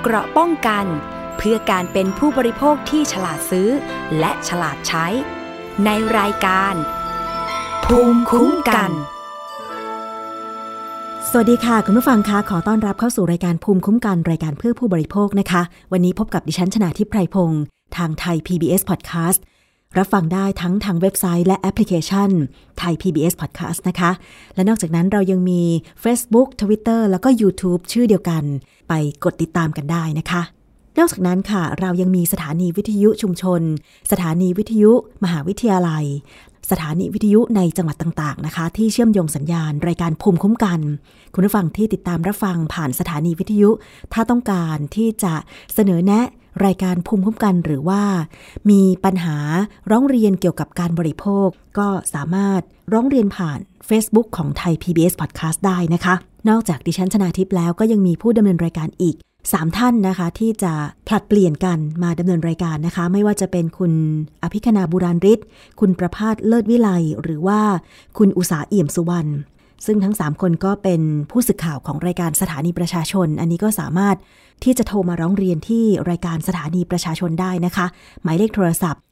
เกราะป้องกันเพื่อการเป็นผู้บริโภคที่ฉลาดซื้อและฉลาดใช้ในรายการภูมิคุ้มกันสวัสดีค่ะคุณผู้ฟังคะขอต้อนรับเข้าสู่รายการภูมิคุ้มกันรายการเพื่อผู้บริโภคนะคะวันนี้พบกับดิฉันชนาธิป ไพรพงศ์ทางไทย PBS Podcast รับฟังได้ทั้งทางเว็บไซต์และแอปพลิเคชันไทย PBS Podcast นะคะและนอกจากนั้นเรายังมี Facebook Twitter แล้วก็ YouTube ชื่อเดียวกันไปกดติดตามกันได้นะคะนอกจากนั้นค่ะเรายังมีสถานีวิทยุชุมชนสถานีวิทยุมหาวิทยาลัยสถานีวิทยุในจังหวัดต่างๆนะคะที่เชื่อมโยงสัญญาณรายการภูมิคุ้มกันคุณผู้ฟังที่ติดตามรับฟังผ่านสถานีวิทยุถ้าต้องการที่จะเสนอแนะรายการภูมิคุ้มกันหรือว่ามีปัญหาร้องเรียนเกี่ยวกับการบริโภคก็สามารถร้องเรียนผ่าน Facebook ของไทย PBS Podcast ได้นะคะนอกจากดิฉันชนาทิพย์แล้วก็ยังมีผู้ดำเนินรายการอีก3 ท่านนะคะที่จะผลัดเปลี่ยนกันมาดำเนินรายการนะคะไม่ว่าจะเป็นคุณอภิคณาบุราริศคุณประภาสเลิศวิไลหรือว่าคุณอุษาเอี่ยมสุวรรณซึ่งทั้ง3คนก็เป็นผู้สื่อข่าวของรายการสถานีประชาชนอันนี้ก็สามารถที่จะโทรมาร้องเรียนที่รายการสถานีประชาชนได้นะคะหมายเลขโทรศัพท์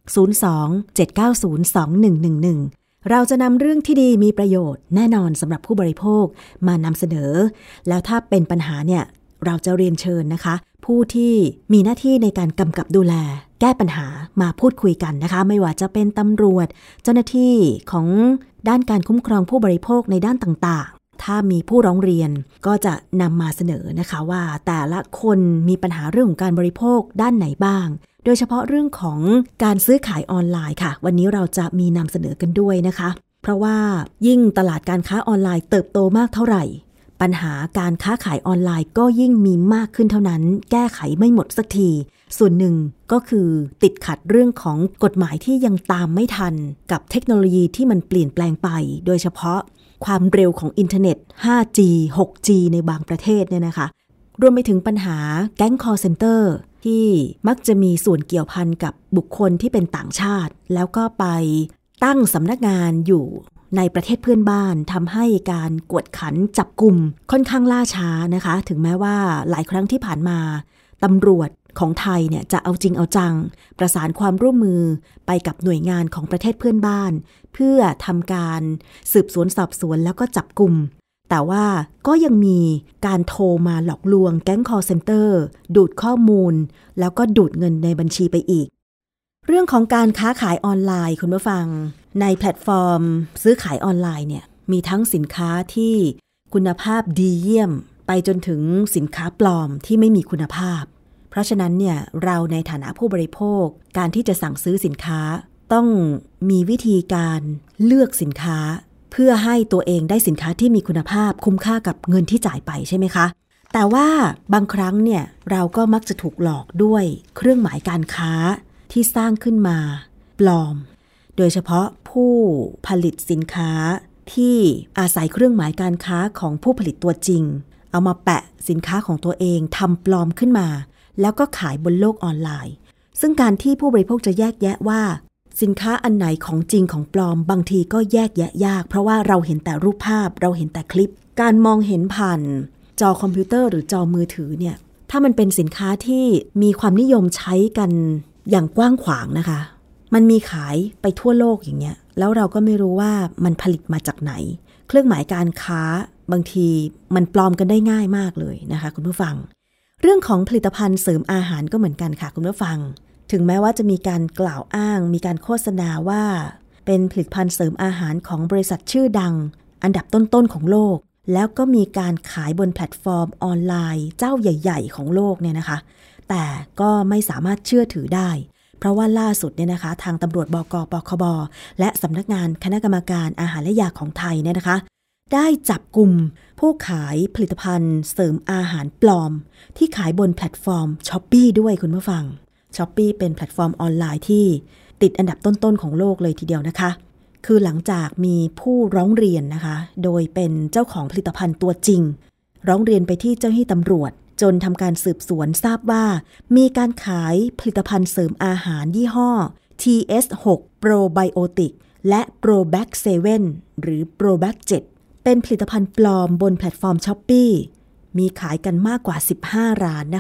02-790-2111เราจะนำเรื่องที่ดีมีประโยชน์แน่นอนสำหรับผู้บริโภคมานำเสนอแล้วถ้าเป็นปัญหาเนี่ยเราจะเรียนเชิญนะคะผู้ที่มีหน้าที่ในการกำกับดูแลแก้ปัญหามาพูดคุยกันนะคะไม่ว่าจะเป็นตำรวจเจ้าหน้าที่ของด้านการคุ้มครองผู้บริโภคในด้านต่างๆถ้ามีผู้ร้องเรียนก็จะนำมาเสนอนะคะว่าแต่ละคนมีปัญหาเรื่องของการบริโภคด้านไหนบ้างโดยเฉพาะเรื่องของการซื้อขายออนไลน์ค่ะวันนี้เราจะมีนำเสนอกันด้วยนะคะเพราะว่ายิ่งตลาดการค้าออนไลน์เติบโตมากเท่าไหร่ปัญหาการค้าขายออนไลน์ก็ยิ่งมีมากขึ้นเท่านั้นแก้ไขไม่หมดสักทีส่วนหนึ่งก็คือติดขัดเรื่องของกฎหมายที่ยังตามไม่ทันกับเทคโนโลยีที่มันเปลี่ยนแปลงไปโดยเฉพาะความเร็วของอินเทอร์เน็ต 5G 6G ในบางประเทศเนี่ยนะคะรวมไปถึงปัญหาแก๊งคอลเซ็นเตอร์ที่มักจะมีส่วนเกี่ยวพันกับบุคคลที่เป็นต่างชาติแล้วก็ไปตั้งสำนักงานอยู่ในประเทศเพื่อนบ้านทำให้การกวดขันจับกุมค่อนข้างล่าช้านะคะถึงแม้ว่าหลายครั้งที่ผ่านมาตำรวจของไทยเนี่ยจะเอาจริงเอาจังประสานความร่วมมือไปกับหน่วยงานของประเทศเพื่อนบ้านเพื่อทำการสืบสวนสอบสวนแล้วก็จับกุมแต่ว่าก็ยังมีการโทรมาหลอกลวงแก๊งคอลเซ็นเตอร์ดูดข้อมูลแล้วก็ดูดเงินในบัญชีไปอีกเรื่องของการค้าขายออนไลน์คุณผู้ฟังในแพลตฟอร์มซื้อขายออนไลน์เนี่ยมีทั้งสินค้าที่คุณภาพดีเยี่ยมไปจนถึงสินค้าปลอมที่ไม่มีคุณภาพเพราะฉะนั้นเนี่ยเราในฐานะผู้บริโภคการที่จะสั่งซื้อสินค้าต้องมีวิธีการเลือกสินค้าเพื่อให้ตัวเองได้สินค้าที่มีคุณภาพคุ้มค่ากับเงินที่จ่ายไปใช่ไหมคะแต่ว่าบางครั้งเนี่ยเราก็มักจะถูกหลอกด้วยเครื่องหมายการค้าที่สร้างขึ้นมาปลอมโดยเฉพาะผู้ผลิตสินค้าที่อาศัยเครื่องหมายการค้าของผู้ผลิตตัวจริงเอามาแปะสินค้าของตัวเองทำปลอมขึ้นมาแล้วก็ขายบนโลกออนไลน์ซึ่งการที่ผู้บริโภคจะแยกแยะว่าสินค้าอันไหนของจริงของปลอมบางทีก็แยกแยะยากเพราะว่าเราเห็นแต่รูปภาพเราเห็นแต่คลิปการมองเห็นผ่านจอคอมพิวเตอร์หรือจอมือถือเนี่ยถ้ามันเป็นสินค้าที่มีความนิยมใช้กันอย่างกว้างขวางนะคะมันมีขายไปทั่วโลกอย่างเงี้ยแล้วเราก็ไม่รู้ว่ามันผลิตมาจากไหนเครื่องหมายการค้าบางทีมันปลอมกันได้ง่ายมากเลยนะคะคุณผู้ฟังเรื่องของผลิตภัณฑ์เสริมอาหารก็เหมือนกันค่ะคุณผู้ฟังถึงแม้ว่าจะมีการกล่าวอ้างมีการโฆษณาว่าเป็นผลิตภัณฑ์เสริมอาหารของบริษัทชื่อดังอันดับต้นๆของโลกแล้วก็มีการขายบนแพลตฟอร์มออนไลน์เจ้าใหญ่ๆของโลกเนี่ยนะคะแต่ก็ไม่สามารถเชื่อถือได้เพราะว่าล่าสุดเนี่ยนะคะทางตำรวจบก.ปคบ.และสำนักงานคณะกรรมการอาหารและยาของไทยเนี่ยนะคะได้จับกุมผู้ขายผลิตภัณฑ์เสริมอาหารปลอมที่ขายบนแพลตฟอร์ม Shopee ด้วยคุณผู้ฟัง Shopee เป็นแพลตฟอร์มออนไลน์ที่ติดอันดับต้นๆของโลกเลยทีเดียวนะคะคือหลังจากมีผู้ร้องเรียนนะคะโดยเป็นเจ้าของผลิตภัณฑ์ตัวจริงร้องเรียนไปที่เจ้าหน้าที่ตำรวจจนทำการสืบสวนทราบว่ามีการขายผลิตภัณฑ์เสริมอาหารยี่ห้อ TS6 Probiotic และ Probac 7 หรือ Probac 7 เป็นผลิตภัณฑ์ปลอมบนแพลตฟอร์ม Shopee มีขายกันมากกว่า15ร้านนะคะ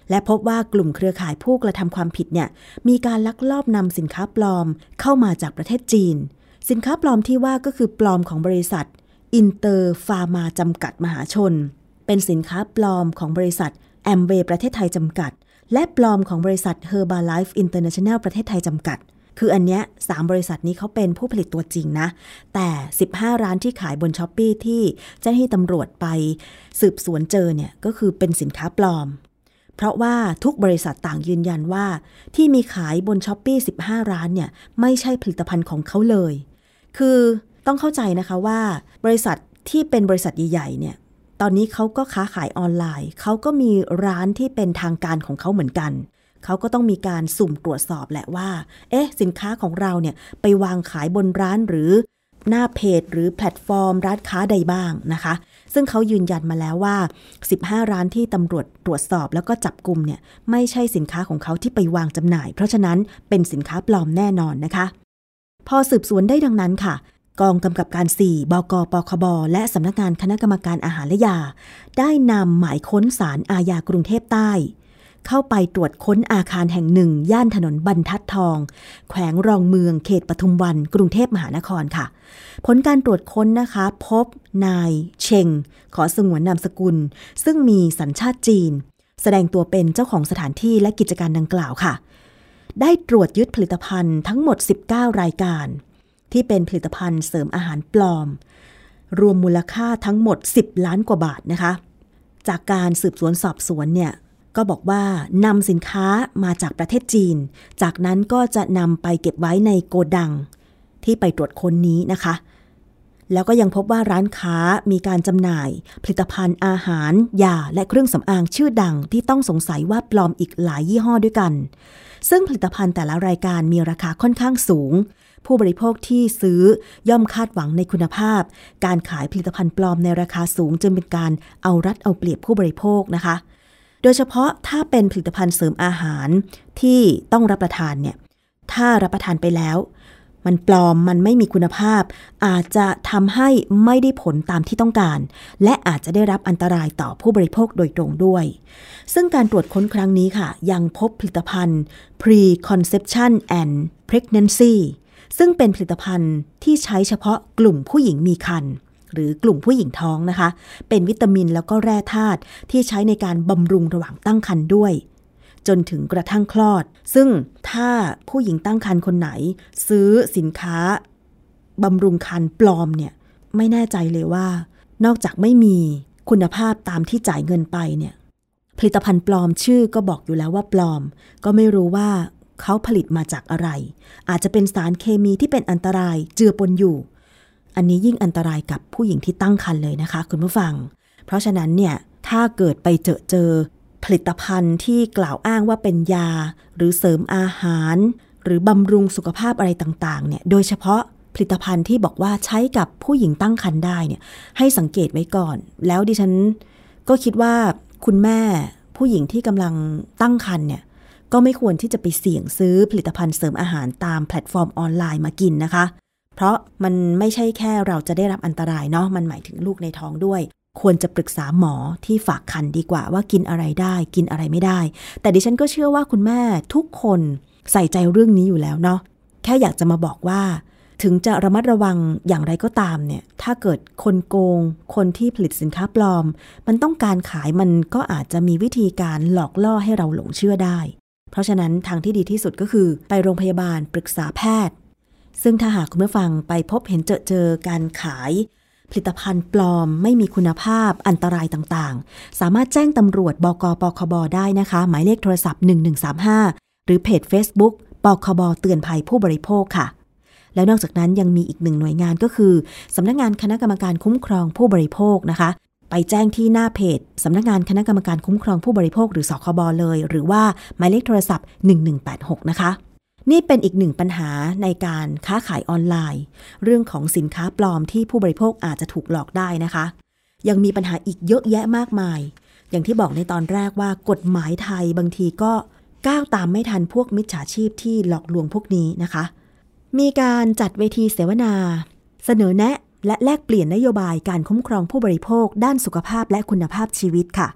และพบว่ากลุ่มเครือข่ายผู้กระทำความผิดเนี่ยมีการลักลอบนำสินค้าปลอมเข้ามาจากประเทศจีนสินค้าปลอมที่ว่าก็คือปลอมของบริษัทอินเตอร์ฟาร์มาจำกัดมหาชนเป็นสินค้าปลอมของบริษัทแอมเวย์ประเทศไทยจำกัดและปลอมของบริษัท Herbalife International ประเทศไทยจำกัดคืออันเนี้ย3บริษัทนี้เขาเป็นผู้ผลิตตัวจริงนะแต่15ร้านที่ขายบน Shopee ที่เจ้าหน้าที่ตำรวจไปสืบสวนเจอเนี่ยก็คือเป็นสินค้าปลอมเพราะว่าทุกบริษัทต่างยืนยันว่าที่มีขายบน Shopee 15ร้านเนี่ยไม่ใช่ผลิตภัณฑ์ของเขาเลยคือต้องเข้าใจนะคะว่าบริษัทที่เป็นบริษัทใหญ่ๆเนี่ยตอนนี้เขาก็ค้าขายออนไลน์เขาก็มีร้านที่เป็นทางการของเขาเหมือนกันเขาก็ต้องมีการสุ่มตรวจสอบแหละว่าสินค้าของเราเนี่ยไปวางขายบนร้านหรือหน้าเพจหรือแพลตฟอร์มร้านค้าใดบ้างนะคะซึ่งเขายืนยันมาแล้วว่า15ร้านที่ตำรวจตรวจสอบแล้วก็จับกุมเนี่ยไม่ใช่สินค้าของเขาที่ไปวางจำหน่ายเพราะฉะนั้นเป็นสินค้าปลอมแน่นอนนะคะพอสืบสวนได้ดังนั้นค่ะกองกำกับการ4 บก.ปคบ.และสำนักงานคณะกรรมการอาหารและยาได้นำหมายค้นศาลอาญากรุงเทพใต้เข้าไปตรวจค้นอาคารแห่งหนึ่งย่านถนนบรรทัดทองแขวงรองเมืองเขตปทุมวันกรุงเทพมหานครค่ะผลการตรวจค้นนะคะพบนายเชงขอสงวนนามสกุลซึ่งมีสัญชาติจีนแสดงตัวเป็นเจ้าของสถานที่และกิจการดังกล่าวค่ะได้ตรวจยึดผลิตภัณฑ์ทั้งหมด19รายการที่เป็นผลิตภัณฑ์เสริมอาหารปลอมรวมมูลค่าทั้งหมด10ล้านกว่าบาทนะคะจากการสืบสวนสอบสวนเนี่ยก็บอกว่านำสินค้ามาจากประเทศจีนจากนั้นก็จะนำไปเก็บไว้ในโกดังที่ไปตรวจค้นนี้นะคะแล้วก็ยังพบว่าร้านค้ามีการจำหน่ายผลิตภัณฑ์อาหารยาและเครื่องสำอางชื่อดังที่ต้องสงสัยว่าปลอมอีกหลายยี่ห้อด้วยกันซึ่งผลิตภัณฑ์แต่ละรายการมีราคาค่อนข้างสูงผู้บริโภคที่ซื้อย่อมคาดหวังในคุณภาพการขายผลิตภัณฑ์ปลอมในราคาสูงจึงเป็นการเอารัดเอาเปรียบผู้บริโภคนะคะโดยเฉพาะถ้าเป็นผลิตภัณฑ์เสริมอาหารที่ต้องรับประทานเนี่ยถ้ารับประทานไปแล้วมันปลอมมันไม่มีคุณภาพอาจจะทำให้ไม่ได้ผลตามที่ต้องการและอาจจะได้รับอันตรายต่อผู้บริโภคโดยตรงด้วยซึ่งการตรวจค้นครั้งนี้ค่ะยังพบผลิตภัณฑ์ Preconception and Pregnancy ซึ่งเป็นผลิตภัณฑ์ที่ใช้เฉพาะกลุ่มผู้หญิงมีครรภ์หรือกลุ่มผู้หญิงท้องนะคะเป็นวิตามินแล้วก็แร่ธาตุที่ใช้ในการบำรุงระหว่างตั้งครรภ์ด้วยจนถึงกระทั่งคลอดซึ่งถ้าผู้หญิงตั้งครรภ์คนไหนซื้อสินค้าบำรุงครรภ์ปลอมเนี่ยไม่แน่ใจเลยว่านอกจากไม่มีคุณภาพตามที่จ่ายเงินไปเนี่ยผลิตภัณฑ์ปลอมชื่อก็บอกอยู่แล้วว่าปลอมก็ไม่รู้ว่าเขาผลิตมาจากอะไรอาจจะเป็นสารเคมีที่เป็นอันตรายเจือปนอยู่อันนี้ยิ่งอันตรายกับผู้หญิงที่ตั้งครรภ์เลยนะคะคุณผู้ฟังเพราะฉะนั้นเนี่ยถ้าเกิดไปเจอผลิตภัณฑ์ที่กล่าวอ้างว่าเป็นยาหรือเสริมอาหารหรือบำรุงสุขภาพอะไรต่างๆเนี่ยโดยเฉพาะผลิตภัณฑ์ที่บอกว่าใช้กับผู้หญิงตั้งครรภ์ได้เนี่ยให้สังเกตไว้ก่อนแล้วดิฉันก็คิดว่าคุณแม่ผู้หญิงที่กำลังตั้งครรภ์เนี่ยก็ไม่ควรที่จะไปเสี่ยงซื้อผลิตภัณฑ์เสริมอาหารตามแพลตฟอร์มออนไลน์มากินนะคะเพราะมันไม่ใช่แค่เราจะได้รับอันตรายเนาะมันหมายถึงลูกในท้องด้วยควรจะปรึกษาหมอที่ฝากครรภ์ดีกว่าว่ากินอะไรได้กินอะไรไม่ได้แต่ดิฉันก็เชื่อว่าคุณแม่ทุกคนใส่ใจเรื่องนี้อยู่แล้วเนาะแค่อยากจะมาบอกว่าถึงจะระมัดระวังอย่างไรก็ตามเนี่ยถ้าเกิดคนโกงคนที่ผลิตสินค้าปลอมมันต้องการขายมันก็อาจจะมีวิธีการหลอกล่อให้เราหลงเชื่อได้เพราะฉะนั้นทางที่ดีที่สุดก็คือไปโรงพยาบาลปรึกษาแพทย์ซึ่งถ้าหากคุณผู้ฟังไปพบเห็นเจอการขายผลิตภัณฑ์ปลอมไม่มีคุณภาพอันตรายต่างๆสามารถแจ้งตำรวจบก.ปคบ.ได้นะคะหมายเลขโทรศัพท์1135หรือเพจ Facebook ปคบ.เตือนภัยผู้บริโภคค่ะแล้วนอกจากนั้นยังมีอีกหนึ่งหน่วยงานก็คือสำนักงานคณะกรรมการคุ้มครองผู้บริโภคนะคะไปแจ้งที่หน้าเพจสำนักงานคณะกรรมการคุ้มครองผู้บริโภคหรือสคบ.เลยหรือว่าหมายเลขโทรศัพท์1186นะคะนี่เป็นอีกหนึ่งปัญหาในการค้าขายออนไลน์เรื่องของสินค้าปลอมที่ผู้บริโภคอาจจะถูกหลอกได้นะคะยังมีปัญหาอีกเยอะแยะมากมายอย่างที่บอกในตอนแรกว่ากฎหมายไทยบางทีก็ก้าวตามไม่ทันพวกมิจฉาชีพที่หลอกลวงพวกนี้นะคะมีการจัดเวทีเสวนาเสนอแนะและแลกเปลี่ยนนโยบายการคุ้มครองผู้บริโภคด้านสุขภาพและคุณภาพชีวิตค่ะ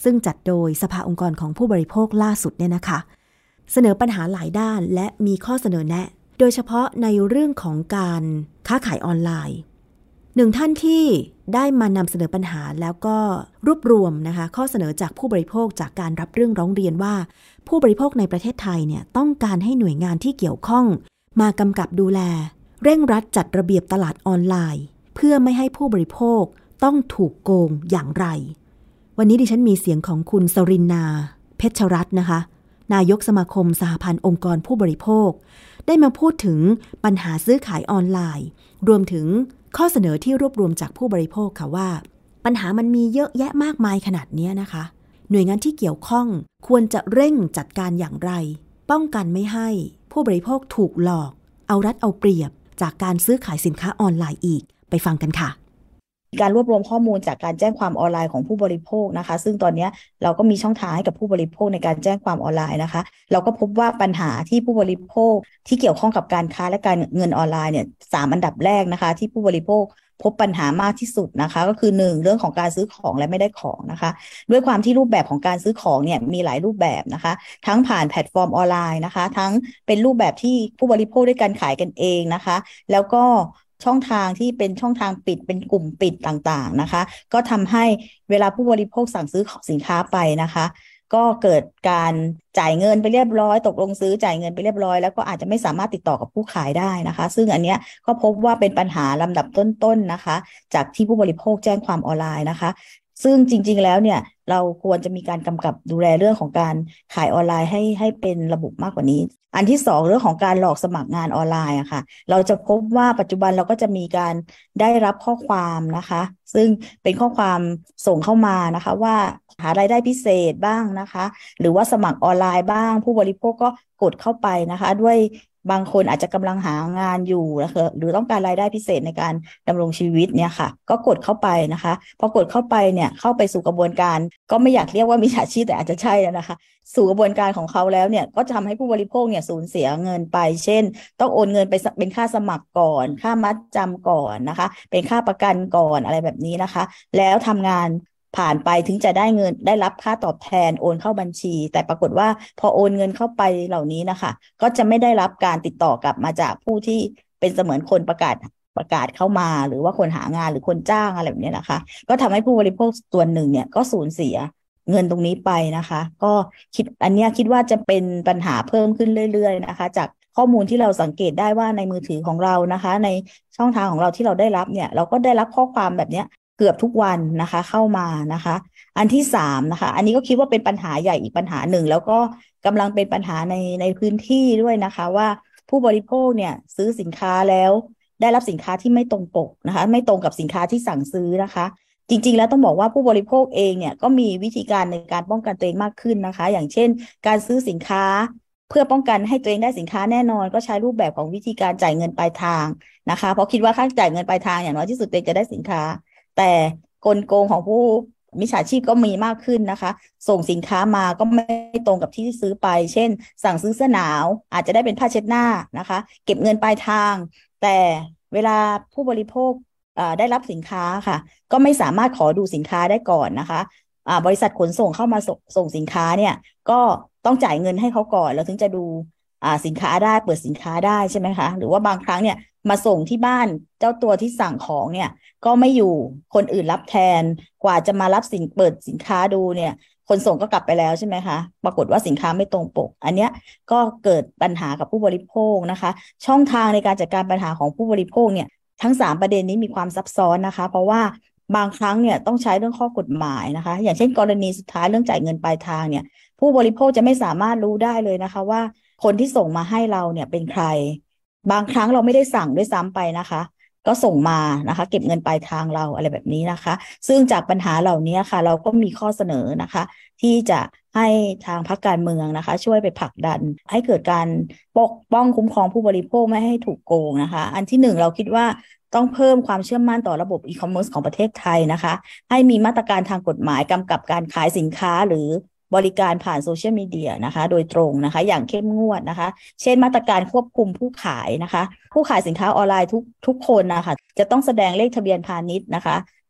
ซึ่งจัดโดยสภาองค์กรของผู้บริโภคล่าสุดเนี่ยนะคะเสนอปัญหาหลายด้านและมีข้อเสนอแนะโดยเฉพาะในเรื่องของการค้าขายออนไลน์หนึ่งท่านที่ได้มานำเสนอปัญหาแล้วก็รวบรวมนะคะข้อเสนอจากผู้บริโภคจากการรับเรื่องร้องเรียนว่าผู้บริโภคในประเทศไทยเนี่ยต้องการให้หน่วยงานที่เกี่ยวข้องมากำกับดูแลเร่งรัดจัดระเบียบตลาดออนไลน์เพื่อไม่ให้ผู้บริโภคต้องถูกโกงอย่างไรวันนี้ดิฉันมีเสียงของคุณสรินนาเพชรรัตน์นะคะนายกสมาคมสหพันธ์องค์กรผู้บริโภคได้มาพูดถึงปัญหาซื้อขายออนไลน์รวมถึงข้อเสนอที่รวบรวมจากผู้บริโภคค่ะว่าปัญหามันมีเยอะแยะมากมายขนาดนี้นะคะหน่วยงานที่เกี่ยวข้องควรจะเร่งจัดการอย่างไรป้องกันไม่ให้ผู้บริโภคถูกหลอกเอารัดเอาเปรียบจากการซื้อขายสินค้าออนไลน์อีกไปฟังกันค่ะการรวบรวมข้อมูลจากการแจ้งความออนไลน์ของผู้บริโภคนะคะซึ่งตอนนี้เราก็มีช่องทางให้กับผู้บริโภคในการแจ้งความออนไลน์นะคะเราก็พบว่าปัญหาที่ผู้บริโภคที่เกี่ยวข้องกับการค้าและการเงินออนไลน์เนี่ย3 อันดับแรกนะคะที่ผู้บริโภคพบปัญหามากที่สุดนะคะก็คือ1เรื่องของการซื้อของและไม่ได้ของนะคะด้วยความที่รูปแบบของการซื้อของเนี่ยมีหลายรูปแบบนะคะทั้งผ่านแพลตฟอร์มออนไลน์นะคะทั้งเป็นรูปแบบที่ผู้บริโภคด้วยกันขายกันเองนะคะแล้วก็ช่องทางที่เป็นช่องทางปิดเป็นกลุ่มปิดต่างๆนะคะก็ทำให้เวลาผู้บริโภคสั่งซื้อสินค้าไปนะคะก็เกิดการจ่ายเงินไปเรียบร้อยตกลงซื้อจ่ายเงินไปเรียบร้อยแล้วก็อาจจะไม่สามารถติดต่อกับผู้ขายได้นะคะซึ่งอันเนี้ยก็พบว่าเป็นปัญหาลำดับต้นๆนะคะจากที่ผู้บริโภคแจ้งความออนไลน์นะคะซึ่งจริงๆแล้วเนี่ยเราควรจะมีการกำกับดูแลเรื่องของการขายออนไลน์ให้เป็นระบบมากกว่านี้อันที่2เรื่องของการหลอกสมัครงานออนไลน์อะค่ะเราจะพบว่าปัจจุบันเราก็จะมีการได้รับข้อความนะคะซึ่งเป็นข้อความส่งเข้ามานะคะว่าหารายได้พิเศษบ้างนะคะหรือว่าสมัครออนไลน์บ้างผู้บริโภคก็กดเข้าไปนะคะด้วยบางคนอาจจะกำลังหางานอยู่นะคะหรือต้องการรายได้พิเศษในการดำรงชีวิตเนี่ยค่ะก็กดเข้าไปนะคะพอกดเข้าไปเนี่ยเข้าไปสู่กระบวนการก็ไม่อยากเรียกว่ามิจฉาชีพแต่อาจจะใช่แล้วนะคะสู่กระบวนการของเขาแล้วเนี่ยก็จะทำให้ผู้บริโภคเนี่ยสูญเสียเงินไปเช่นต้องโอนเงินไปเป็นค่าสมัครก่อนค่ามัดจำก่อนนะคะเป็นค่าประกันก่อนอะไรแบบนี้นะคะแล้วทำงานผ่านไปถึงจะได้เงินได้รับค่าตอบแทนโอนเข้าบัญชีแต่ปรากฏว่าพอโอนเงินเข้าไปเหล่านี้นะคะก็จะไม่ได้รับการติดต่อกลับมาจากผู้ที่เป็นเสมือนคนประกาศเข้ามาหรือว่าคนหางานหรือคนจ้างอะไรแบบนี้นะคะก็ทำให้ผู้บริโภคส่วนหนึ่งเนี่ยก็สูญเสียเงินตรงนี้ไปนะคะก็อันนี้คิดว่าจะเป็นปัญหาเพิ่มขึ้นเรื่อยๆนะคะจากข้อมูลที่เราสังเกตได้ว่าในมือถือของเรานะคะในช่องทางของเราที่เราได้รับเนี่ยเราก็ได้รับข้อความแบบนี้เกือบทุกวันนะคะเข้ามานะคะอันที่3นะคะอันนี้ก็คิดว่าเป็นปัญหาใหญ่อีกปัญหาหนึ่งแล้วก็กำลังเป็นปัญหาในพื้นที่ด้วยนะคะว่าผู้บริโภคเนี่ยซื้อสินค้าแล้วได้รับสินค้าที่ไม่ตรงปกนะคะไม่ตรงกับสินค้าที่สั่งซื้อนะคะจริงๆแล้วต้องบอกว่าผู้บริโภคเองเนี่ยก็มีวิธีการในการป้องกันตัวเองมากขึ้นนะคะอย่างเช่นการซื้อสินค้าเพื่อป้องกันให้ตัวเองได้สินค้าแน่นอนก็ใช้รูปแบบของวิธีการจ่ายเงินปลายทางนะคะเพราะคิดว่าค่าจ่ายเงินปลายทางอย่างน้อยที่สุดตัวเองจะได้สินค้าแต่กลโกงของผู้มิจฉาชีพก็มีมากขึ้นนะคะส่งสินค้ามาก็ไม่ตรงกับที่ซื้อไปเช่นสั่งซื้อเสื้อหนาวอาจจะได้เป็นผ้าเช็ดหน้านะคะเก็บเงินปลายทางแต่เวลาผู้บริโภคได้รับสินค้าค่ะก็ไม่สามารถขอดูสินค้าได้ก่อนนะคะบริษัทขนส่งเข้ามาส่งสินค้าเนี่ยก็ต้องจ่ายเงินให้เขาก่อนแล้วถึงจะดูสินค้าได้เปิดสินค้าได้ใช่ไหมคะหรือว่าบางครั้งเนี่ยมาส่งที่บ้านเจ้าตัวที่สั่งของเนี่ยก็ไม่อยู่คนอื่นรับแทนกว่าจะมารับเปิดสินค้าดูเนี่ยคนส่งก็กลับไปแล้วใช่ไหมคะปรากฏว่าสินค้าไม่ตรงปกอันเนี้ยก็เกิดปัญหากับผู้บริโภคนะคะช่องทางในการจัดการปัญหาของผู้บริโภคเนี่ยทั้ง3ประเด็นนี้มีความซับซ้อนนะคะเพราะว่าบางครั้งเนี่ยต้องใช้เรื่องข้อกฎหมายนะคะอย่างเช่นกรณีสุดท้ายเรื่องจ่ายเงินปลายทางเนี่ยผู้บริโภคจะไม่สามารถรู้ได้เลยนะคะว่าคนที่ส่งมาให้เราเนี่ยเป็นใครบางครั้งเราไม่ได้สั่งด้วยซ้ำไปนะคะก็ส่งมานะคะเก็บเงินปลายทางเราอะไรแบบนี้นะคะซึ่งจากปัญหาเหล่านี้ค่ะเราก็มีข้อเสนอนะคะที่จะให้ทางพรรคการเมืองนะคะช่วยไปผลักดันให้เกิดการปกป้องคุ้มครองผู้บริโภคไม่ให้ถูกโกงนะคะอันที่1เราคิดว่าต้องเพิ่มความเชื่อมั่นต่อระบบอีคอมเมิร์ซของประเทศไทยนะคะให้มีมาตรการทางกฎหมายกำกับการขายสินค้าหรือบริการผ่านโซเชียลมีเดียนะคะโดยตรงนะคะอย่างเข้มงวดนะคะเช่นมาตรการควบคุมผู้ขายนะคะผู้ขายสินค้าออนไลน์ทุกคนนะคะจะต้องแสดงเลขทะเบียนพาณิชย์นะคะ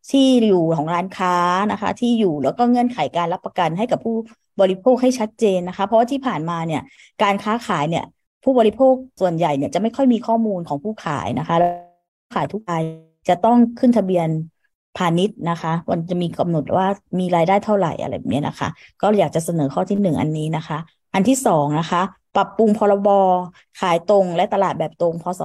ที่อยู่ของร้านค้านะคะที่อยู่แล้วก็เงื่อนไขการรับประกันให้กับผู้บริโภคให้ชัดเจนนะคะเพราะว่าที่ผ่านมาเนี่ยการค้าขายเนี่ยผู้บริโภคส่วนใหญ่เนี่ยจะไม่ค่อยมีข้อมูลของผู้ขายนะคะแล้วขายทุกรายจะต้องขึ้นทะเบียนพาณิชย์นะคะมันจะมีกำหนดว่ามีรายได้เท่าไหร่อะไรแบบนี้นะคะก็อยากจะเสนอข้อที่1อันนี้นะคะอันที่2นะคะปรับปรุงพรบขายตรงและตลาดแบบตรงพ.ศ.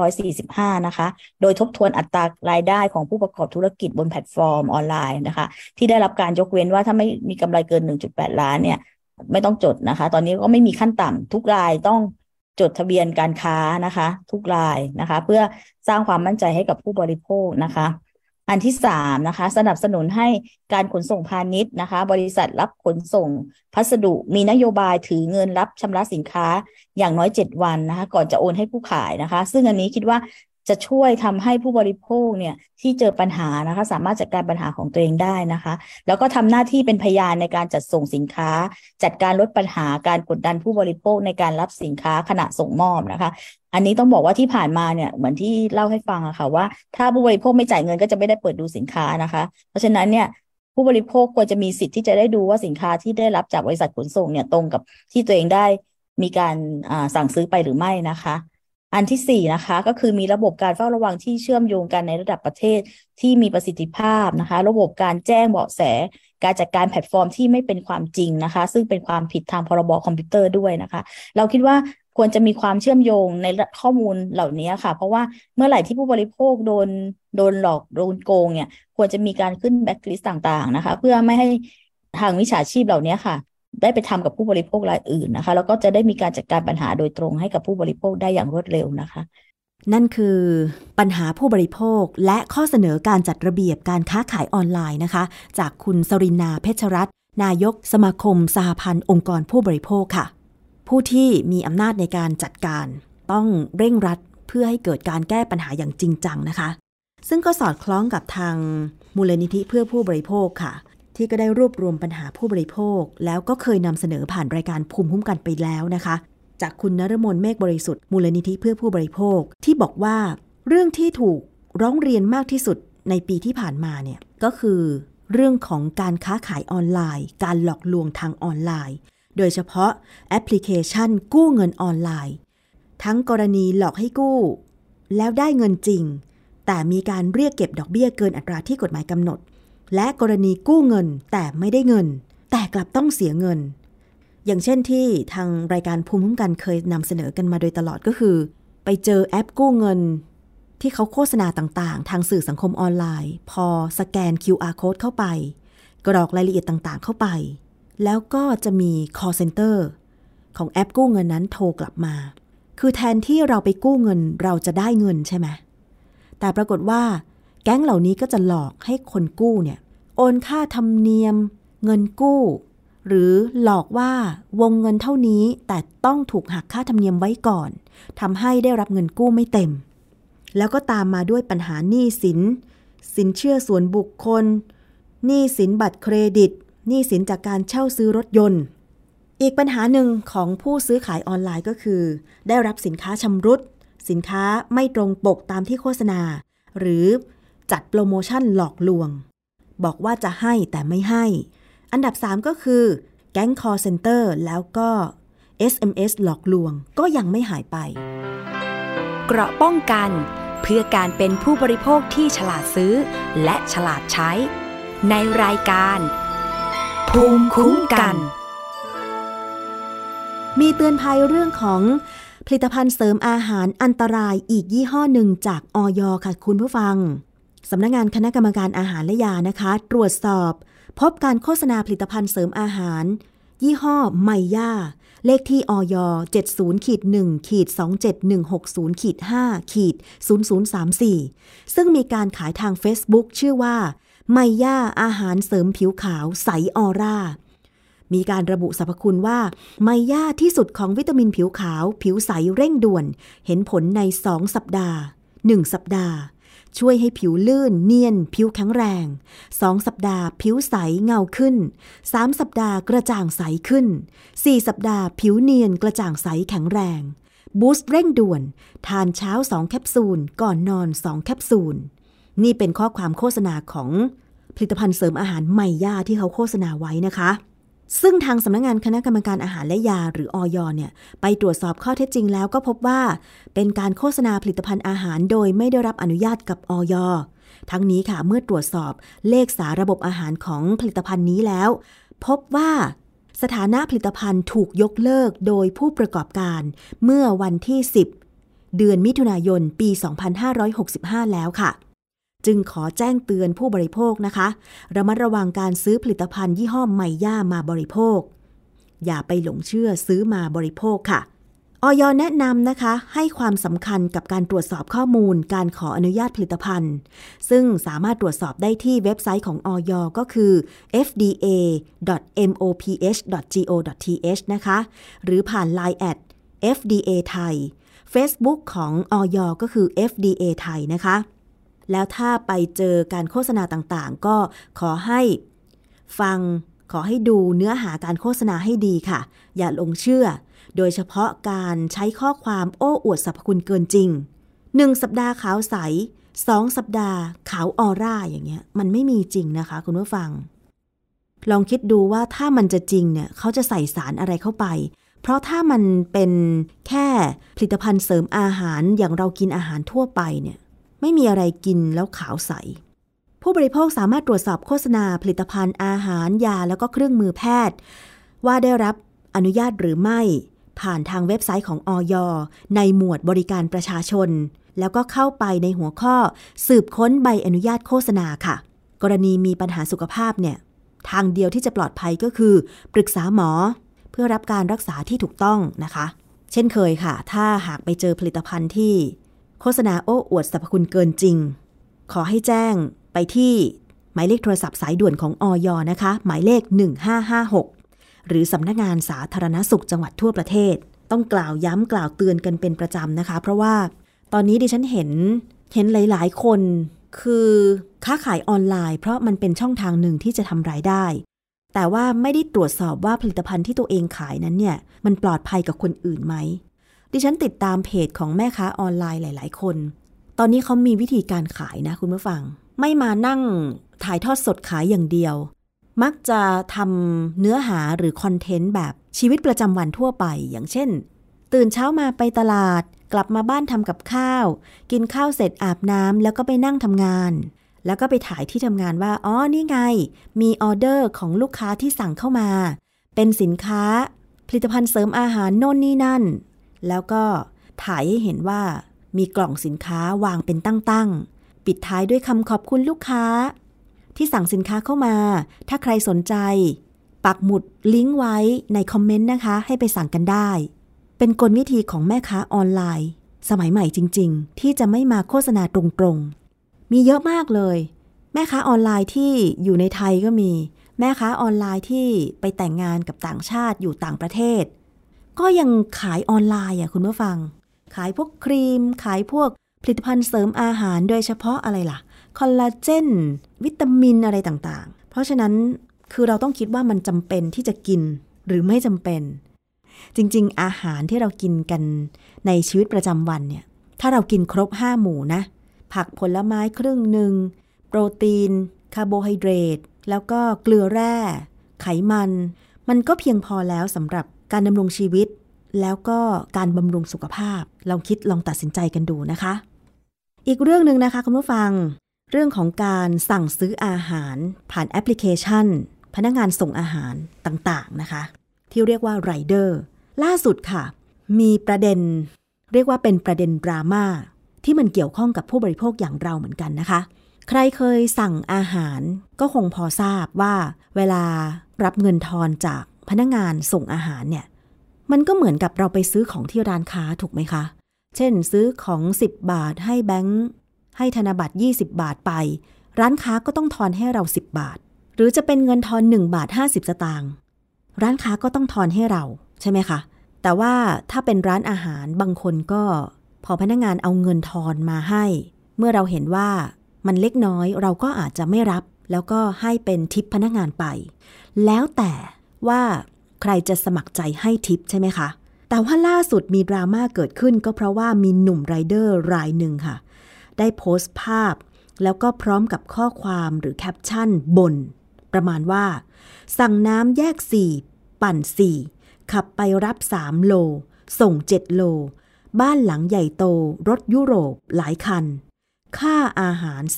2545นะคะโดยทบทวนอัตรารายได้ของผู้ประกอบธุรกิจบนแพลตฟอร์มออนไลน์นะคะที่ได้รับการยกเว้นว่าถ้าไม่มีกำไรเกิน 1.8 ล้านเนี่ยไม่ต้องจดนะคะตอนนี้ก็ไม่มีขั้นต่ำทุกรายต้องจดทะเบียนการค้านะคะทุกรายนะคะเพื่อสร้างความมั่นใจให้กับผู้บริโภคนะคะอันที่3นะคะสนับสนุนให้การขนส่งพาณิชย์นะคะบริษัทรับขนส่งพัสดุมีนโยบายถือเงินรับชำระสินค้าอย่างน้อย7วันนะคะก่อนจะโอนให้ผู้ขายนะคะซึ่งอันนี้คิดว่าจะช่วยทำให้ผู้บริโภคเนี่ยที่เจอปัญหานะคะสามารถจัดการปัญหาของตัวเองได้นะคะแล้วก็ทำหน้าที่เป็นพยานในการจัดส่งสินค้าจัดการลดปัญหาการกดดันผู้บริโภคในการรับสินค้าขณะส่งมอบนะคะอันนี้ต้องบอกว่าที่ผ่านมาเนี่ยเหมือนที่เล่าให้ฟังอะค่ะว่าถ้าผู้บริโภคไม่จ่ายเงินก็จะไม่ได้เปิดดูสินค้านะคะเพราะฉะนั้นเนี่ยผู้บริโภคควรจะมีสิทธิ์ที่จะได้ดูว่าสินค้าที่ได้รับจากบริษัทขนส่งเนี่ยตรงกับที่ตัวเองได้มีการสั่งซื้อไปหรือไม่นะคะอันที่4นะคะก็คือมีระบบการเฝ้าระวังที่เชื่อมโยงกันในระดับประเทศที่มีประสิทธิภาพนะคะระบบการแจ้งเบาะแสการจัดการแพลตฟอร์มที่ไม่เป็นความจริงนะคะซึ่งเป็นความผิดทางพรบคอมพิวเตอร์ด้วยนะคะเราคิดว่าควรจะมีความเชื่อมโยงในข้อมูลเหล่านี้ค่ะเพราะว่าเมื่อไหร่ที่ผู้บริโภคโดนหลอกโดนโกงเนี่ยควรจะมีการขึ้นแบล็คลิสต์ต่างๆนะคะเพื่อไม่ให้ทางมิจฉาชีพเหล่านี้ค่ะได้ไปทำกับผู้บริโภครายอื่นนะคะแล้วก็จะได้มีการจัดการปัญหาโดยตรงให้กับผู้บริโภคได้อย่างรวดเร็วนะคะนั่นคือปัญหาผู้บริโภคและข้อเสนอการจัดระเบียบการค้าขายออนไลน์นะคะจากคุณสรินาเพชรรัตน์นายกสมาคมสหพันธ์องค์กรผู้บริโภคค่ะผู้ที่มีอำนาจในการจัดการต้องเร่งรัดเพื่อให้เกิดการแก้ปัญหาอย่างจริงจังนะคะซึ่งก็สอดคล้องกับทางมูลนิธิเพื่อผู้บริโภคค่ะที่ก็ได้รวบรวมปัญหาผู้บริโภคแล้วก็เคยนำเสนอผ่านรายการภูมิคุ้มกันไปแล้วนะคะจากคุณนฤมลเมฆบริสุทธิ์มูลนิธิเพื่อผู้บริโภคที่บอกว่าเรื่องที่ถูกร้องเรียนมากที่สุดในปีที่ผ่านมาเนี่ยก็คือเรื่องของการค้าขายออนไลน์การหลอกลวงทางออนไลน์โดยเฉพาะแอปพลิเคชันกู้เงินออนไลน์ทั้งกรณีหลอกให้กู้แล้วได้เงินจริงแต่มีการเรียกเก็บดอกเบี้ยเกินอัตราที่กฎหมายกำหนดและกรณีกู้เงินแต่ไม่ได้เงินแต่กลับต้องเสียเงินอย่างเช่นที่ทางรายการภูมิคุ้มกันเคยนำเสนอกันมาโดยตลอดก็คือไปเจอแอปกู้เงินที่เขาโฆษณาต่างๆทางสื่อสังคมออนไลน์พอสแกน QR code เข้าไปกรอกรายละเอียดต่างๆเข้าไปแล้วก็จะมี call center ของแอปกู้เงินนั้นโทรกลับมาคือแทนที่เราไปกู้เงินเราจะได้เงินใช่ไหมแต่ปรากฏว่าแก๊งเหล่านี้ก็จะหลอกให้คนกู้เนี่ยโอนค่าธรรมเนียมเงินกู้หรือหลอกว่าวงเงินเท่านี้แต่ต้องถูกหักค่าธรรมเนียมไว้ก่อนทำให้ได้รับเงินกู้ไม่เต็มแล้วก็ตามมาด้วยปัญหาหนี้สินสินเชื่อส่วนบุคคลหนี้สินบัตรเครดิตหนี้สินจากการเช่าซื้อรถยนต์อีกปัญหาหนึ่งของผู้ซื้อขายออนไลน์ก็คือได้รับสินค้าชำรุดสินค้าไม่ตรงปกตามที่โฆษณาหรือจัดโปรโมชั่นหลอกลวงบอกว่าจะให้แต่ไม่ให้อันดับ3ก็คือแก๊ง call center แล้วก็ SMS หลอกลวงก็ยังไม่หายไปเกราะป้องกันเพื่อการเป็นผู้บริโภคที่ฉลาดซื้อและฉลาดใช้ในรายการภูมิคุ้มกันมีเตือนภัยเรื่องของผลิตภัณฑ์เสริมอาหารอันตรายอีกยี่ห้อหนึ่งจากอย.ค่ะคุณผู้ฟังสำนักงานคณะกรรมการอาหารและยานะคะตรวจสอบพบการโฆษณาผลิตภัณฑ์เสริมอาหารยี่ห้อไมย่าเลขที่อย 70-1-27160-5-0034 ซึ่งมีการขายทาง Facebook ชื่อว่าไมย่าอาหารเสริมผิวขาวใสออร่ามีการระบุสรรพคุณว่าไมย่าที่สุดของวิตามินผิวขาวผิวใสเร่งด่วนเห็นผลใน2สัปดาห์1สัปดาห์ช่วยให้ผิวลื่นเนียนผิวแข็งแรง2สัปดาห์ผิวใสเงาขึ้น3สัปดาห์กระจ่างใสขึ้น4สัปดาห์ผิวเนียนกระจ่างใสแข็งแรงบูสต์เร่งด่วนทานเช้า2แคปซูลก่อนนอน2แคปซูลนี่เป็นข้อความโฆษณาของผลิตภัณฑ์เสริมอาหารไมย่าที่เขาโฆษณาไว้นะคะซึ่งทางสำนักงานคณะกรรมการอาหารและยาหรืออย.เนี่ยไปตรวจสอบข้อเท็จจริงแล้วก็พบว่าเป็นการโฆษณาผลิตภัณฑ์อาหารโดยไม่ได้รับอนุญาตกับอย.ทั้งนี้ค่ะเมื่อตรวจสอบเลขสาระบบอาหารของผลิตภัณฑ์นี้แล้วพบว่าสถานะผลิตภัณฑ์ถูกยกเลิกโดยผู้ประกอบการเมื่อวันที่10เดือนมิถุนายนปี2565แล้วค่ะจึงขอแจ้งเตือนผู้บริโภคนะคะระมัดระวังการซื้อผลิตภัณฑ์ยี่ห้อไมย่ามาบริโภคอย่าไปหลงเชื่อซื้อมาบริโภคค่ะอย.แนะนำนะคะให้ความสำคัญกับการตรวจสอบข้อมูลการขออนุญาตผลิตภัณฑ์ซึ่งสามารถตรวจสอบได้ที่เว็บไซต์ของอย.ก็คือ fda.moph.go.th นะคะหรือผ่าน Line @fda ไทย Facebook ของอย.ก็คือ fda ไทยนะคะแล้วถ้าไปเจอการโฆษณาต่างๆก็ขอให้ฟังขอให้ดูเนื้อหาการโฆษณาให้ดีค่ะอย่าหลงเชื่อโดยเฉพาะการใช้ข้อความโอ้อวดสรรพคุณเกินจริง1สัปดาห์ขาวใส2สัปดาห์ขาวออร่าอย่างเงี้ยมันไม่มีจริงนะคะคุณผู้ฟังลองคิดดูว่าถ้ามันจะจริงเนี่ยเขาจะใส่สารอะไรเข้าไปเพราะถ้ามันเป็นแค่ผลิตภัณฑ์เสริมอาหารอย่างเรากินอาหารทั่วไปเนี่ยไม่มีอะไรกินแล้วขาวใสผู้บริโภคสามารถตรวจสอบโฆษณาผลิตภัณฑ์อาหารยาแล้วก็เครื่องมือแพทย์ว่าได้รับอนุญาตหรือไม่ผ่านทางเว็บไซต์ของอย.ในหมวดบริการประชาชนแล้วก็เข้าไปในหัวข้อสืบค้นใบอนุญาตโฆษณาค่ะกรณีมีปัญหาสุขภาพเนี่ยทางเดียวที่จะปลอดภัยก็คือปรึกษาหมอเพื่อรับการรักษาที่ถูกต้องนะคะเช่นเคยค่ะถ้าหากไปเจอผลิตภัณฑ์ที่โฆษณาโอ้อวดสรรพคุณเกินจริงขอให้แจ้งไปที่หมายเลขโทรศัพท์สายด่วนของอย.นะคะหมายเลข1556หรือสำนักงานสาธารณสุขจังหวัดทั่วประเทศต้องกล่าวย้ำกล่าวเตือนกันเป็นประจำนะคะเพราะว่าตอนนี้ดิฉันเห็นหลายๆคนคือค้าขายออนไลน์เพราะมันเป็นช่องทางหนึ่งที่จะทำรายได้แต่ว่าไม่ได้ตรวจสอบว่าผลิตภัณฑ์ที่ตัวเองขายนั้นเนี่ยมันปลอดภัยกับคนอื่นไหมดิฉันติดตามเพจของแม่ค้าออนไลน์หลายๆคนตอนนี้เขามีวิธีการขายนะคุณผู้ฟังไม่มานั่งถ่ายทอดสดขายอย่างเดียวมักจะทำเนื้อหาหรือคอนเทนต์แบบชีวิตประจำวันทั่วไปอย่างเช่นตื่นเช้ามาไปตลาดกลับมาบ้านทำกับข้าวกินข้าวเสร็จอาบน้ำแล้วก็ไปนั่งทำงานแล้วก็ไปถ่ายที่ทำงานว่าอ๋อนี่ไงมีออเดอร์ของลูกค้าที่สั่งเข้ามาเป็นสินค้าผลิตภัณฑ์เสริมอาหารโน่นนี่นั่นแล้วก็ถ่ายให้เห็นว่ามีกล่องสินค้าวางเป็นตั้งๆปิดท้ายด้วยคำขอบคุณลูกค้าที่สั่งสินค้าเข้ามาถ้าใครสนใจปักหมุดลิงก์ไว้ในคอมเมนต์นะคะให้ไปสั่งกันได้เป็นกลวิธีของแม่ค้าออนไลน์สมัยใหม่จริงๆที่จะไม่มาโฆษณาตรงๆมีเยอะมากเลยแม่ค้าออนไลน์ที่อยู่ในไทยก็มีแม่ค้าออนไลน์ที่ไปแต่งงานกับต่างชาติอยู่ต่างประเทศก็ยังขายออนไลน์คุณผู้ฟังขายพวกครีมขายพวกผลิตภัณฑ์เสริมอาหารโดยเฉพาะอะไรล่ะคอลลาเจนวิตามินอะไรต่างๆเพราะฉะนั้นคือเราต้องคิดว่ามันจำเป็นที่จะกินหรือไม่จำเป็นจริงๆอาหารที่เรากินกันในชีวิตประจำวันเนี่ยถ้าเรากินครบ5หมู่นะผักผลไม้ครึ่งหนึ่งโปรตีนคาร์โบไฮเดรตแล้วก็เกลือแร่ไขมันก็เพียงพอแล้วสำหรับการดำรงชีวิตแล้วก็การบำรุงสุขภาพลองคิดลองตัดสินใจกันดูนะคะอีกเรื่องนึงนะคะคุณผู้ฟังเรื่องของการสั่งซื้ออาหารผ่านแอปพลิเคชันพนักงานส่งอาหารต่างๆนะคะที่เรียกว่าไรเดอร์ล่าสุดค่ะมีประเด็นเรียกว่าเป็นประเด็นดราม่าที่มันเกี่ยวข้องกับผู้บริโภคอย่างเราเหมือนกันนะคะใครเคยสั่งอาหารก็คงพอทราบว่าเวลารับเงินทอนจากพนักงานส่งอาหารเนี่ยมันก็เหมือนกับเราไปซื้อของที่ร้านค้าถูกไหมคะเช่นซื้อของ10 บาทให้แบงค์ให้ธนบัตร20 บาทไปร้านค้าก็ต้องทอนให้เรา10 บาทหรือจะเป็นเงินทอน1 บาท 50 สตางค์ร้านค้าก็ต้องทอนให้เราใช่ไหมคะแต่ว่าถ้าเป็นร้านอาหารบางคนก็พอพนักงานเอาเงินทอนมาให้เมื่อเราเห็นว่ามันเล็กน้อยเราก็อาจจะไม่รับแล้วก็ให้เป็นทิปพนักงานไปแล้วแต่ว่าใครจะสมัครใจให้ทิปใช่ไหมคะแต่ว่าล่าสุดมีดราม่าเกิดขึ้นก็เพราะว่ามีหนุ่มไรเดอร์รายหนึ่งค่ะได้โพสต์ภาพแล้วก็พร้อมกับข้อความหรือแคปชั่นบ่นประมาณว่าสั่งน้ำแยก4ปั่น4ขับไปรับ3โลส่ง7โลบ้านหลังใหญ่โตรถยุโรปหลายคันค่าอาหาร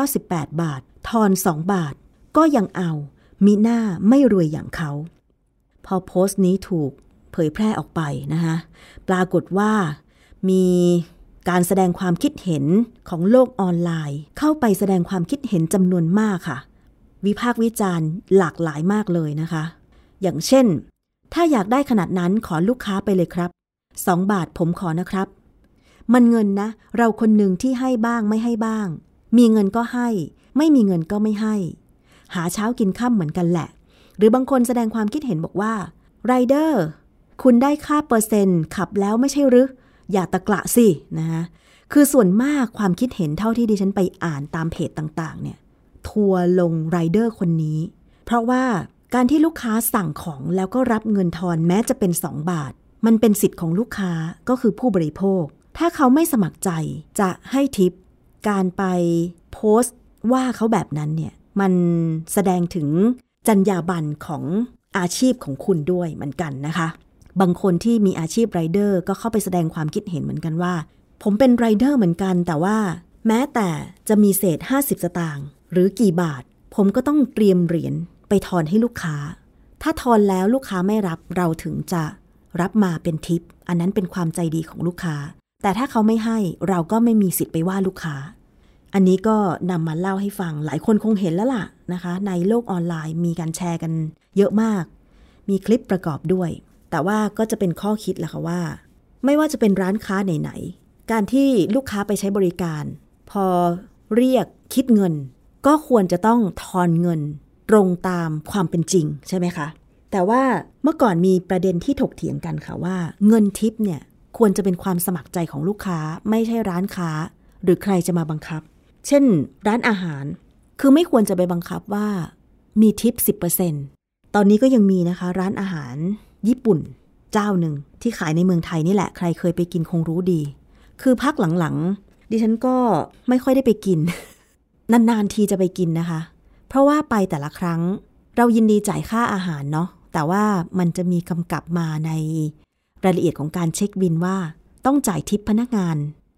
498 บาททอน2 บาทก็ยังเอามิน่าไม่รวยอย่างเขาพอโพสต์นี้ถูกเผยแพร่ออกไปนะคะปรากฏว่ามีการแสดงความคิดเห็นของโลกออนไลน์เข้าไปแสดงความคิดเห็นจำนวนมากค่ะวิพากษ์วิจารณ์หลากหลายมากเลยนะคะอย่างเช่นถ้าอยากได้ขนาดนั้นขอลูกค้าไปเลยครับ2 บาทผมขอนะครับมันเงินนะเราคนหนึ่งที่ให้บ้างไม่ให้บ้างมีเงินก็ให้ไม่มีเงินก็ไม่ให้หาเช้ากินค่ำเหมือนกันแหละหรือบางคนแสดงความคิดเห็นบอกว่าไรเดอร์คุณได้ค่าเปอร์เซ็นต์ขับแล้วไม่ใช่หรืออย่าตะกละสินะคะคือส่วนมากความคิดเห็นเท่าที่ดิฉันไปอ่านตามเพจต่างๆเนี่ยทัวร์ลงไรเดอร์คนนี้เพราะว่าการที่ลูกค้าสั่งของแล้วก็รับเงินทอนแม้จะเป็น2 บาทมันเป็นสิทธิ์ของลูกค้าก็คือผู้บริโภคถ้าเขาไม่สมัครใจจะให้ทิปการไปโพสต์ว่าเขาแบบนั้นเนี่ยมันแสดงถึงจรรยาบรรณของอาชีพของคุณด้วยเหมือนกันนะคะบางคนที่มีอาชีพไรเดอร์ก็เข้าไปแสดงความคิดเห็นเหมือนกันว่าผมเป็นไรเดอร์เหมือนกันแต่ว่าแม้แต่จะมีเศษ50 สตางค์หรือกี่บาทผมก็ต้องเตรียมเหรียญไปทอนให้ลูกค้าถ้าทอนแล้วลูกค้าไม่รับเราถึงจะรับมาเป็นทิปอันนั้นเป็นความใจดีของลูกค้าแต่ถ้าเขาไม่ให้เราก็ไม่มีสิทธิ์ไปว่าลูกค้าอันนี้ก็นำมาเล่าให้ฟังหลายคนคงเห็นแล้วล่ะนะคะในโลกออนไลน์มีการแชร์กันเยอะมากมีคลิปประกอบด้วยแต่ว่าก็จะเป็นข้อคิดแหละค่ะว่าไม่ว่าจะเป็นร้านค้าไหนๆการที่ลูกค้าไปใช้บริการพอเรียกคิดเงินก็ควรจะต้องทอนเงินตรงตามความเป็นจริงใช่ไหมคะแต่ว่าเมื่อก่อนมีประเด็นที่ถกเถียงกันค่ะว่าเงินทิปเนี่ยควรจะเป็นความสมัครใจของลูกค้าไม่ใช่ร้านค้าหรือใครจะมาบังคับเช่นร้านอาหารคือไม่ควรจะไปบังคับว่ามีทิป 10% ตอนนี้ก็ยังมีนะคะร้านอาหารญี่ปุ่นเจ้าหนึ่งที่ขายในเมืองไทยนี่แหละใครเคยไปกินคงรู้ดีคือพักหลังๆดิฉันก็ไม่ค่อยได้ไปกิน นานๆทีจะไปกินนะคะเพราะว่าไปแต่ละครั้งเรายินดีจ่ายค่าอาหารเนาะแต่ว่ามันจะมีกำกับมาในรายละเอียดของการเช็คบิลว่าต้องจ่ายทิปพนักงาน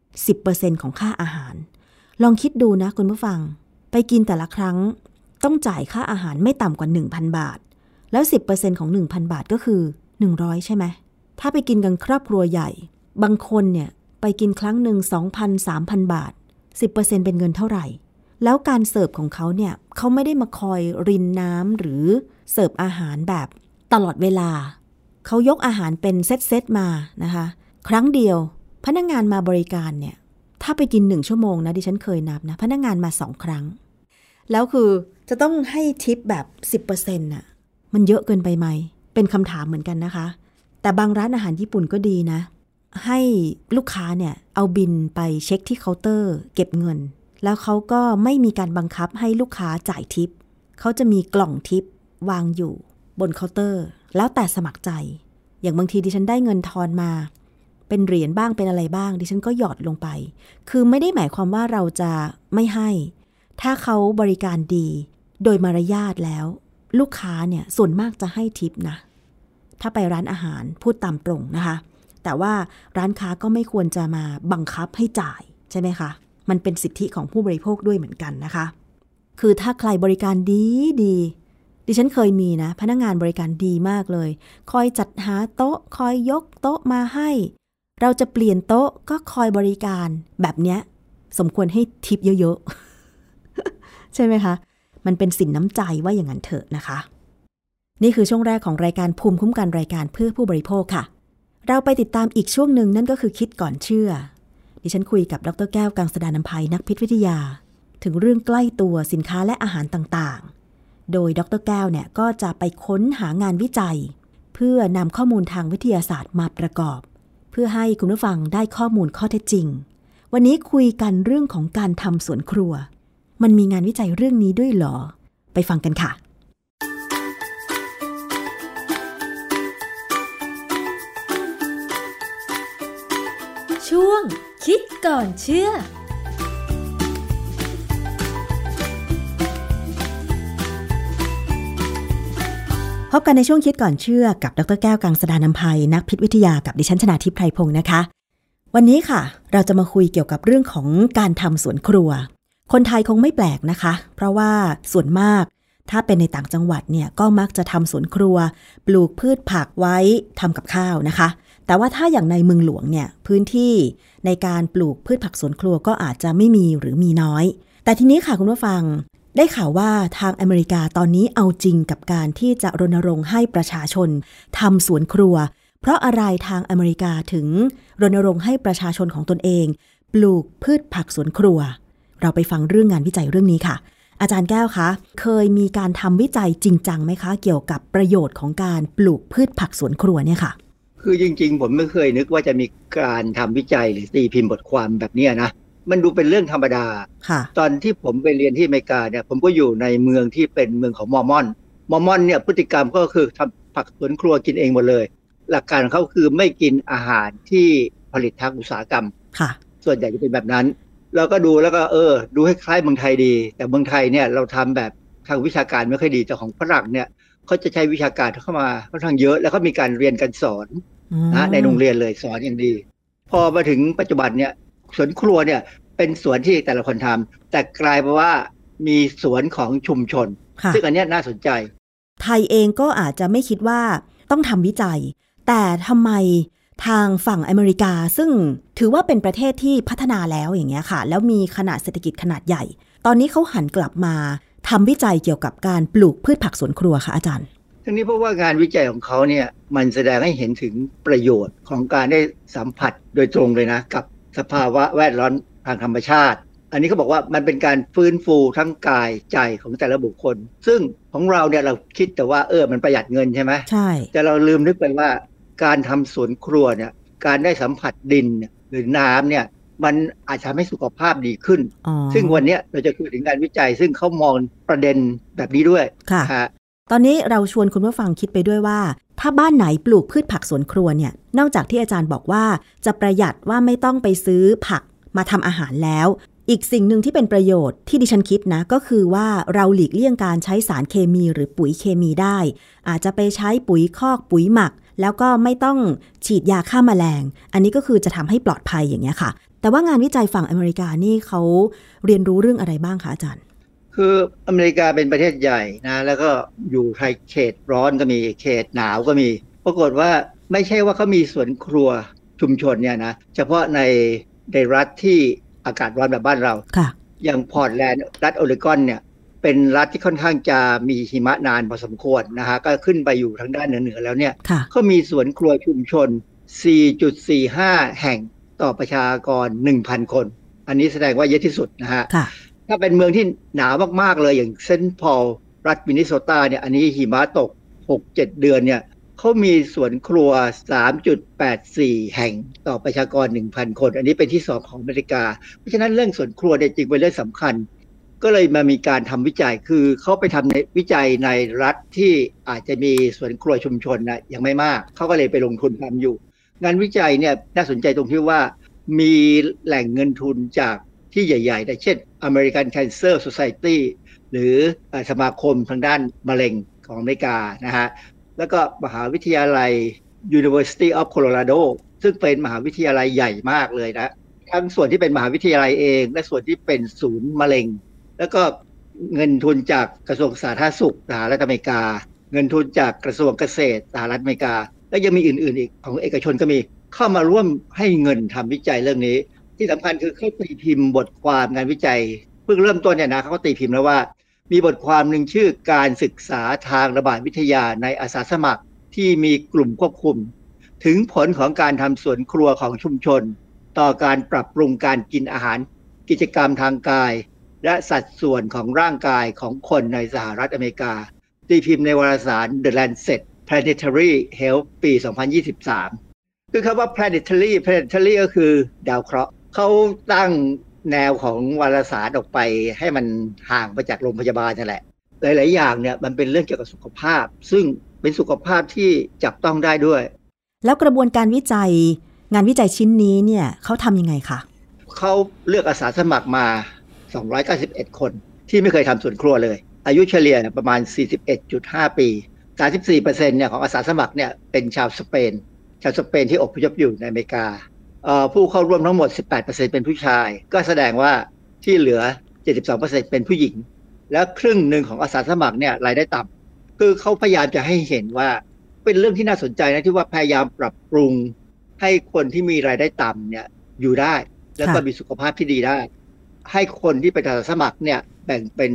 10% ของค่าอาหารลองคิดดูนะคุณผู้ฟังไปกินแต่ละครั้งต้องจ่ายค่าอาหารไม่ต่ำกว่า 1,000 บาทแล้ว 10% ของ 1,000 บาทก็คือ100ใช่ไหมถ้าไปกินกันครอบครัวใหญ่บางคนเนี่ยไปกินครั้งหนึ่ง 2,000 3,000 บาท 10% เป็นเงินเท่าไหร่แล้วการเสิร์ฟของเขาเนี่ยเขาไม่ได้มาคอยรินน้ำหรือเสิร์ฟอาหารแบบตลอดเวลาเขายกอาหารเป็นเซตๆมานะคะครั้งเดียวพนักงานมาบริการเนี่ยถ้าไปกิน1ชั่วโมงนะดิฉันเคยนับนะพนักงานมา2ครั้งแล้วคือจะต้องให้ทิปแบบ 10% น่ะมันเยอะเกินไปไหมเป็นคำถามเหมือนกันนะคะแต่บางร้านอาหารญี่ปุ่นก็ดีนะให้ลูกค้าเนี่ยเอาบิลไปเช็คที่เคาน์เตอร์เก็บเงินแล้วเขาก็ไม่มีการบังคับให้ลูกค้าจ่ายทิปเขาจะมีกล่องทิปวางอยู่บนเคาน์เตอร์แล้วแต่สมัครใจอย่างบางทีดิฉันได้เงินทอนมาเป็นเหรียญบ้างเป็นอะไรบ้างดิฉันก็หยอดลงไปคือไม่ได้หมายความว่าเราจะไม่ให้ถ้าเขาบริการดีโดยมารยาทแล้วลูกค้าเนี่ยส่วนมากจะให้ทิปนะถ้าไปร้านอาหารพูดตามตรงนะคะแต่ว่าร้านค้าก็ไม่ควรจะมาบังคับให้จ่ายใช่ไหมคะมันเป็นสิทธิของผู้บริโภคด้วยเหมือนกันนะคะคือถ้าใครบริการดีดิฉันเคยมีนะพนักงานบริการดีมากเลยคอยจัดหาโต๊ะคอยยกโต๊ะมาให้เราจะเปลี่ยนโต๊ะก็คอยบริการแบบเนี้ยสมควรให้ทิปเยอะๆ ใช่ไหมคะมันเป็นสินน้ำใจว่าอย่างนั้นเถอะนะคะนี่คือช่วงแรกของรายการภูมิคุ้มกันรายการเพื่อผู้บริโภคค่ะเราไปติดตามอีกช่วงหนึ่งนั่นก็คือคิดก่อนเชื่อดิฉันคุยกับดร.แก้วกังสดาลอำไพนักพิษวิทยาถึงเรื่องใกล้ตัวสินค้าและอาหารต่างๆโดยดร.แก้วเนี่ยก็จะไปค้นหางานวิจัยเพื่อนำข้อมูลทางวิทยาศาสตร์มาประกอบเพื่อให้คุณผู้ฟังได้ข้อมูลข้อเท็จจริงวันนี้คุยกันเรื่องของการทำสวนครัวมันมีงานวิจัยเรื่องนี้ด้วยเหรอไปฟังกันค่ะช่วงคิดก่อนเชื่อพบกันในช่วงคิดก่อนเชื่อกับดร.แก้วกังสดาลอำไพนักพิษวิทยากับดิฉันชนาทิพย์ไพรพงศ์นะคะวันนี้ค่ะเราจะมาคุยเกี่ยวกับเรื่องของการทำสวนครัวคนไทยคงไม่แปลกนะคะเพราะว่าส่วนมากถ้าเป็นในต่างจังหวัดเนี่ยก็มักจะทำสวนครัวปลูกพืชผักไว้ทำกับข้าวนะคะแต่ว่าถ้าอย่างในเมืองหลวงเนี่ยพื้นที่ในการปลูกพืชผักสวนครัวก็อาจจะไม่มีหรือมีน้อยแต่ทีนี้ค่ะคุณผู้ฟังได้ข่าวว่าทางอเมริกาตอนนี้เอาจริงกับการที่จะรณรงค์ให้ประชาชนทำสวนครัวเพราะอะไรทางอเมริกาถึงรณรงค์ให้ประชาชนของตนเองปลูกพืชผักสวนครัวเราไปฟังเรื่องงานวิจัยเรื่องนี้ค่ะอาจารย์แก้วคะเคยมีการทำวิจัยจริงจังไหมคะเกี่ยวกับประโยชน์ของการปลูกพืชผักสวนครัวเนี่ยค่ะคือจริงๆผมไม่เคยนึกว่าจะมีการทำวิจัยหรือตีพิมพ์บทความแบบนี้นะมันดูเป็นเรื่องธรรมดาตอนที่ผมไปเรียนที่อเมริกาเนี่ยผมก็อยู่ในเมืองที่เป็นเมืองของมอร์มอนเนี่ยพฤติกรรมก็คือทำผักสวนครัวกินเองหมดเลยหลักการของเขาคือไม่กินอาหารที่ผลิตทางอุตสาหกรรมส่วนใหญ่จะเป็นแบบนั้นเราก็ดูแล้วก็ดูให้คล้ายเมืองไทยดีแต่เมืองไทยเนี่ยเราทำแบบทางวิชาการไม่ค่อยดีแต่ของฝรั่งเนี่ยเขาจะใช้วิชาการเข้ามาค่อนข้างเยอะแล้วก็มีการเรียนการสอนนะในโรงเรียนเลยสอนอย่างดีพอมาถึงปัจจุบันเนี่ยสวนครัวเนี่ยเป็นสวนที่แต่ละคนทำแต่กลายเป็นว่ามีสวนของชุมชนซึ่งอันนี้น่าสนใจไทยเองก็อาจจะไม่คิดว่าต้องทำวิจัยแต่ทำไมทางฝั่งอเมริกาซึ่งถือว่าเป็นประเทศที่พัฒนาแล้วอย่างเงี้ยค่ะแล้วมีขนาดเศรษฐกิจขนาดใหญ่ตอนนี้เขาหันกลับมาทำวิจัยเกี่ยวกับการปลูกพืชผักสวนครัวค่ะอาจารย์ทั้งนี้เพราะว่างานวิจัยของเขาเนี่ยมันแสดงให้เห็นถึงประโยชน์ของการได้สัมผัสโดยตรงเลยนะกับสภาวะแวดล้อมทางธรรมชาติอันนี้เขาบอกว่ามันเป็นการฟื้นฟูทั้งกายใจของแต่ละบุคคลซึ่งของเราเนี่ยเราคิดแต่ว่ามันประหยัดเงินใช่ไหมใช่แต่เราลืมนึกไปว่าการทำสวนครัวเนี่ยการได้สัมผัสดินหรือน้ำเนี่ยมันอาจจะทำให้สุขภาพดีขึ้นซึ่งวันนี้เราจะคุยถึงการวิจัยซึ่งเขามองประเด็นแบบนี้ด้วยค่ะตอนนี้เราชวนคุณผู้ฟังคิดไปด้วยว่าถ้าบ้านไหนปลูกพืชผักสวนครัวเนี่ยนอกจากที่อาจารย์บอกว่าจะประหยัดว่าไม่ต้องไปซื้อผักมาทำอาหารแล้วอีกสิ่งหนึ่งที่เป็นประโยชน์ที่ดิฉันคิดนะก็คือว่าเราหลีกเลี่ยงการใช้สารเคมีหรือปุ๋ยเคมีได้อาจจะไปใช้ปุ๋ยคอกปุ๋ยหมักแล้วก็ไม่ต้องฉีดยาฆ่าแมลงอันนี้ก็คือจะทำให้ปลอดภัยอย่างเงี้ยค่ะแต่ว่างานวิจัยฝั่งอเมริกานี่เขาเรียนรู้เรื่องอะไรบ้างคะอาจารย์คืออเมริกาเป็นประเทศใหญ่นะแล้วก็อยู่ในเขตร้อนก็มีเขตหนาวก็มีปรากฏว่าไม่ใช่ว่าเขามีสวนครัวชุมชนเนี่ยนะเฉพาะในรัฐที่อากาศร้อนแบบบ้านเราอย่างพอร์ตแลนด์รัฐโอเรกอนเนี่ยเป็นรัฐที่ค่อนข้างจะมีหิมะนานพอสมควรนะฮะก็ขึ้นไปอยู่ทางด้านเหนือแล้วเนี่ยเขามีสวนครัวชุมชน 4.45 แห่งต่อประชากร 1,000 คนอันนี้แสดงว่าเยอะที่สุดนะฮะถ้าเป็นเมืองที่หนาวมากๆเลยอย่างเซนต์พอลรัฐมินนิโซตาเนี่ยอันนี้หิมะตก 6-7 เดือนเนี่ยเขามีสวนครัว 3.84 แห่งต่อประชากร 1,000 คนอันนี้เป็นที่2ของอเมริกาเพราะฉะนั้นเรื่องสวนครัวเนี่ยจริงเป็นเรื่องสำคัญก็เลยมามีการทำวิจัยคือเขาไปทำในวิจัยในรัฐที่อาจจะมีสวนครัวชุมชนนะยังไม่มากเขาก็เลยไปลงทุนทำอยู่งานวิจัยเนี่ยน่าสนใจตรงที่ว่ามีแหล่งเงินทุนจากที่ใหญ่ๆเช่น American Cancer Society หรือสมาคมทางด้านมะเร็งของอเมริกานะฮะแล้วก็มหาวิทยาลัย University of Colorado ซึ่งเป็นมหาวิทยาลัยใหญ่มากเลยนะทั้งส่วนที่เป็นมหาวิทยาลัยเองและส่วนที่เป็นศูนย์มะเร็งแล้วก็เงินทุนจากกระทรวงสาธารณสุขสหรัฐอเมริกาเงินทุนจากกระทรวงเกษตรสหรัฐอเมริกาและยังมีอื่นๆอีกของเอกชนก็มีเข้ามาร่วมให้เงินทำวิจัยเรื่องนี้ที่สำคัญคือเขาตีพิมพ์บทความงานวิจัยเพิ่งเริ่มต้นเนี่ยนะเขาก็ตีพิมพ์แล้วว่ามีบทความหนึ่งชื่อการศึกษาทางระบาดวิทยาในอาสาสมัครที่มีกลุ่มควบคุมถึงผลของการทำสวนครัวของชุมชนต่อการปรับปรุงการกินอาหารกิจกรรมทางกายและสัดส่วนของร่างกายของคนในสหรัฐอเมริกาตีพิมพ์ในวารสาร The Lancet Planetary Health ปี 2023 คือคำว่า planetary ก็คือดาวเคราะห์เขาตั้งแนวของวารสารออกไปให้มันห่างไปจากโรงพยาบาลนั่นแหละหลายๆอย่างเนี่ยมันเป็นเรื่องเกี่ยวกับสุขภาพซึ่งเป็นสุขภาพที่จับต้องได้ด้วยแล้วกระบวนการวิจัยงานวิจัยชิ้นนี้เนี่ยเขาทำยังไงคะเขาเลือกอาสาสมัครมา291 คนที่ไม่เคยทำสวนครัวเลยอายุเฉลี่ยประมาณ 41.5 ปี 34%เนี่ยของอาสาสมัครเนี่ยเป็นชาวสเปนที่อพยพอยู่ในอเมริกาผู้เข้าร่วมทั้งหมด 18% เป็นผู้ชายก็แสดงว่าที่เหลือ 72% เป็นผู้หญิงแล้วครึ่งหนึ่งของอาสาสมัครเนี่ยรายได้ต่ำคือเขาพยายามจะให้เห็นว่าเป็นเรื่องที่น่าสนใจนะที่ว่าพยายามปรับปรุงให้คนที่มีรายได้ต่ำเนี่ยอยู่ได้แล้วก็มีสุขภาพที่ดีได้ให้คนที่เป็นอาสาสมัครเนี่ยแบ่งเป็น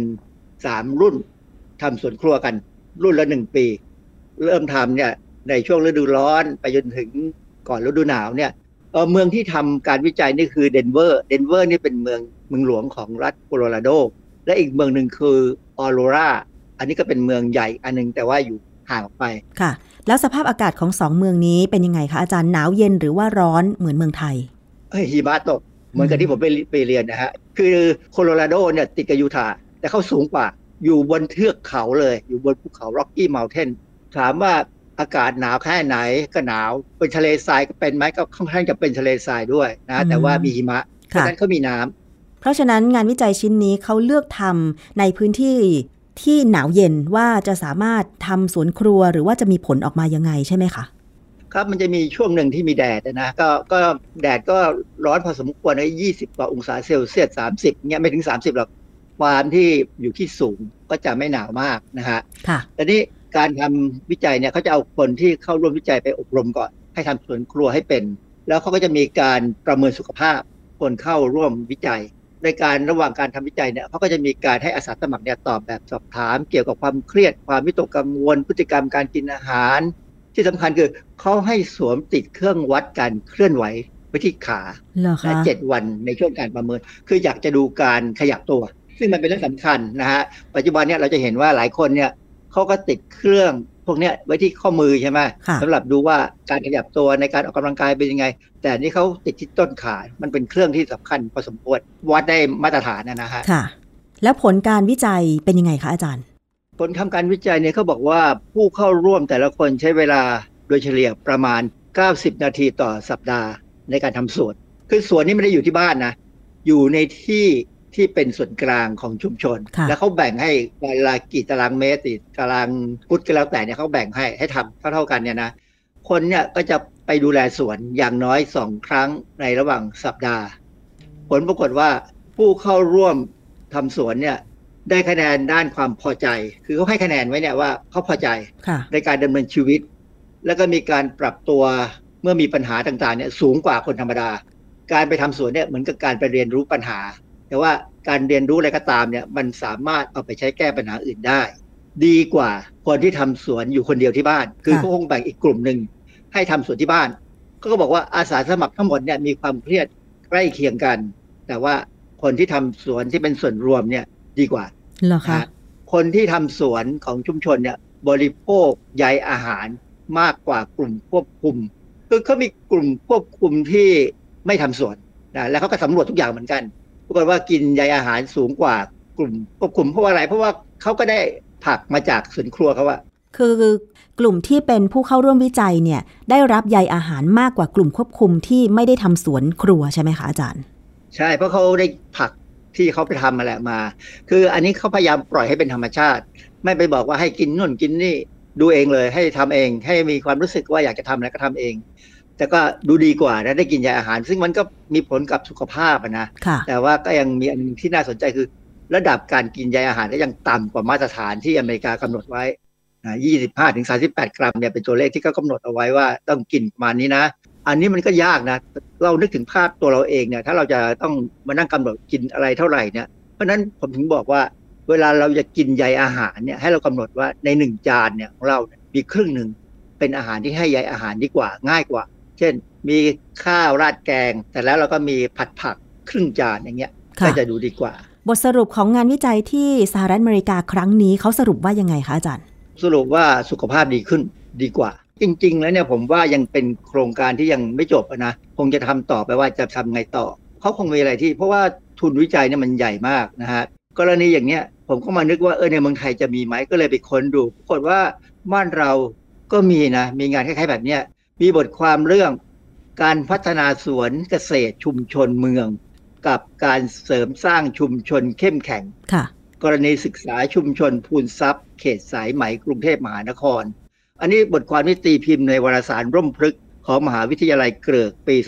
3รุ่นทำสวนครัวกันรุ่นละ1 ปีเริ่มทำเนี่ยในช่วงฤดูร้อนไปจนถึงก่อนฤดูหนาวเนี่ยเมืองที่ทำการวิจัยนี่คือเดนเวอร์นี่เป็นเมืองหลวงของรัฐโคโลราโดและอีกเมืองหนึ่งคือออโรราอันนี้ก็เป็นเมืองใหญ่อันนึงแต่ว่าอยู่ห่างออกไปค่ะแล้วสภาพอากาศของ2เมืองนี้เป็นยังไงคะอาจารย์หนาวเย็นหรือว่าร้อนเหมือนเมืองไทยหิมะตกเหมือนกับที่ผมไปเรียนนะฮะคือโคโลราโดเนี่ยติดกับยูทาห์แต่เขาสูงกว่าอยู่บนเทือกเขาเลยอยู่บนภูเขาร็อกกี้เมลเทนถามว่าอากาศหนาวแค่ไหนก็หนาวเป็นทะเลทรายก็เป็นไหมก็ค่อนข้างจะเป็นทะเลทรายด้วยนะแต่ว่ามีหิมะเพราะฉะนั้นเขามีน้ำเพราะฉะนั้นงานวิจัยชิ้นนี้เขาเลือกทำในพื้นที่ที่หนาวเย็นว่าจะสามารถทำสวนครัวหรือว่าจะมีผลออกมายังไงใช่ไหมคะครับมันจะมีช่วงหนึ่งที่มีแดดนะก็แดดก็ร้อนพอสมควร20 กว่าองศาเซลเซียส30เนี่ยไม่ถึง30หรอกความที่อยู่ที่สูงก็จะไม่หนาวมากนะฮะค่ะแต่นี้การทำวิจัยเนี่ยเขาจะเอาคนที่เข้าร่วมวิจัยไปอบรมก่อนให้ทำสวนครัวให้เป็นแล้วเขาก็จะมีการประเมินสุขภาพคนเข้าร่วมวิจัยในการระหว่างการทำวิจัยเนี่ยเขาก็จะมีการให้อาสาสมัครเนี่ยตอบแบบสอบถามเกี่ยวกับความเครียดความวิตกกังวลพฤติกรรมการกินอาหารที่สำคัญคือเขาให้สวมติดเครื่องวัดการเคลื่อนไหวไว้ที่ขาและ7 วันในช่วงการประเมินคืออยากจะดูการขยับตัวซึ่งมันเป็นเรื่องสำคัญนะฮะปัจจุบันเนี่ยเราจะเห็นว่าหลายคนเนี่ยเขาก็ติดเครื่องพวกนี้ไว้ที่ข้อมือใช่ไหมสำหรับดูว่าการขยับตัวในการออกกำลังกายเป็นยังไงแต่นี่เขาติดที่ต้นขามันเป็นเครื่องที่สำคัญพอสมควรวัดได้มาตรฐานนะฮะค่ะแล้วผลการวิจัยเป็นยังไงคะอาจารย์ผลทำการวิจัยเนี่ยเขาบอกว่าผู้เข้าร่วมแต่ละคนใช้เวลาโดยเฉลี่ยประมาณ90 นาทีต่อสัปดาห์ในการทำสวนคือสวนนี้ไม่ได้อยู่ที่บ้านนะอยู่ในที่เป็นส่วนกลางของชุมชนแล้วเขาแบ่งให้เวลากี่ตารางเมตรตารางฟุตก็แล้วแต่เนี่ยเขาแบ่งให้ทำเท่ากันเนี่ยนะคนเนี่ยก็จะไปดูแลสวนอย่างน้อย2 ครั้งในระหว่างสัปดาห์ผลปรากฏว่าผู้เข้าร่วมทำสวนเนี่ยได้คะแนนด้านความพอใจคือเขาให้คะแนนไว้เนี่ยว่าเขาพอใจในการดำเนินชีวิตแล้วก็มีการปรับตัวเมื่อมีปัญหาต่างๆเนี่ยสูงกว่าคนธรรมดาการไปทำสวนเนี่ยเหมือนกับการไปเรียนรู้ปัญหาแต่ว่าการเรียนรู้อะไรก็ตามเนี่ยมันสามารถเอาไปใช้แก้ปัญหาอื่นได้ดีกว่าคนที่ทำสวนอยู่คนเดียวที่บ้านคือเขาคงแบ่งอีกกลุ่มหนึ่งให้ทำสวนที่บ้านก็บอกว่าอาสาสมัครทั้งหมดเนี่ยมีความเครียดใกล้เคียงกันแต่ว่าคนที่ทำสวนที่เป็นส่วนรวมเนี่ยดีกว่าเหรอคะคนที่ทำสวนของชุมชนเนี่ยบริโภคใยอาหารมากกว่ากลุ่มควบคุมคือเขามีกลุ่มควบคุมที่ไม่ทำสวนนะแล้วเขาก็สำรวจทุกอย่างเหมือนกันปรากฏว่ากินใยอาหารสูงกว่ากลุ่มควบคุมเพราะว่าอะไรเพราะว่าเขาก็ได้ผักมาจากสวนครัวเขาอะคือกลุ่มที่เป็นผู้เข้าร่วมวิจัยเนี่ยได้รับใยอาหารมากกว่ากลุ่มควบคุมที่ไม่ได้ทำสวนครัวใช่ไหมคะอาจารย์ใช่เพราะเขาได้ผักที่เขาไปทำมาแหละมาคืออันนี้เขาพยายามปล่อยให้เป็นธรรมชาติไม่ไปบอกว่าให้กินนู่นกินนี่ดูเองเลยให้ทำเองให้มีความรู้สึกว่าอยากจะทำอะไรก็ทำเองแต่ก็ดูดีกว่านะได้กินใยอาหารซึ่งมันก็มีผลกับสุขภาพนะแต่ว่าก็ยังมีอันนึงที่น่าสนใจคือระดับการกินใยอาหารก็ยังต่ำกว่ามาตรฐานที่อเมริกากำหนดไว้25-38 กรัมเนี่ยเป็นตัวเลขที่เขากำหนดเอาไว้ว่าต้องกินประมาณนี้นะอันนี้มันก็ยากนะเรานึกถึงภาพตัวเราเองเนี่ยถ้าเราจะต้องมานั่งกำหนดกินอะไรเท่าไหร่เนี่ยเพราะนั้นผมถึงบอกว่าเวลาเราจะกินใยอาหารเนี่ยให้เรากำหนดว่าใน1 จานเนี่ยของเรามีครึ่งหนึ่งเป็นอาหารที่ให้ใยอาหารดีกว่าง่ายกว่าเช่นมีข้าวราดแกงแต่แล้วเราก็มีผัดผักครึ่งจานอย่างเงี้ยก็จะดูดีกว่าบทสรุปของงานวิจัยที่สหรัฐอเมริกาครั้งนี้เขาสรุปว่ายังไงคะอาจารย์สรุปว่าสุขภาพดีขึ้นดีกว่าจริงๆแล้วเนี่ยผมว่ายังเป็นโครงการที่ยังไม่จบนะคงจะทำต่อไปว่าจะทำไงต่อเขาคงมีอะไรที่เพราะว่าทุนวิจัยเนี่ยมันใหญ่มากนะฮะกรณีอย่างเนี้ยผมก็มานึกว่าในเมืองไทยจะมีไหมก็เลยไปค้นดูปรากฏว่าบ้านเราก็มีนะมีงานคล้ายๆแบบเนี้ยมีบทความเรื่องการพัฒนาสวนเกษตรชุมชนเมืองกับการเสริมสร้างชุมชนเข้มแข็งกรณีศึกษาชุมชนพูนทรัพย์เขตสายไหมกรุงเทพมหานครอันนี้บทความที่ตีพิมพ์ในวารสารร่มพฤกษ์ของมหาวิทยาลัยเกริกปี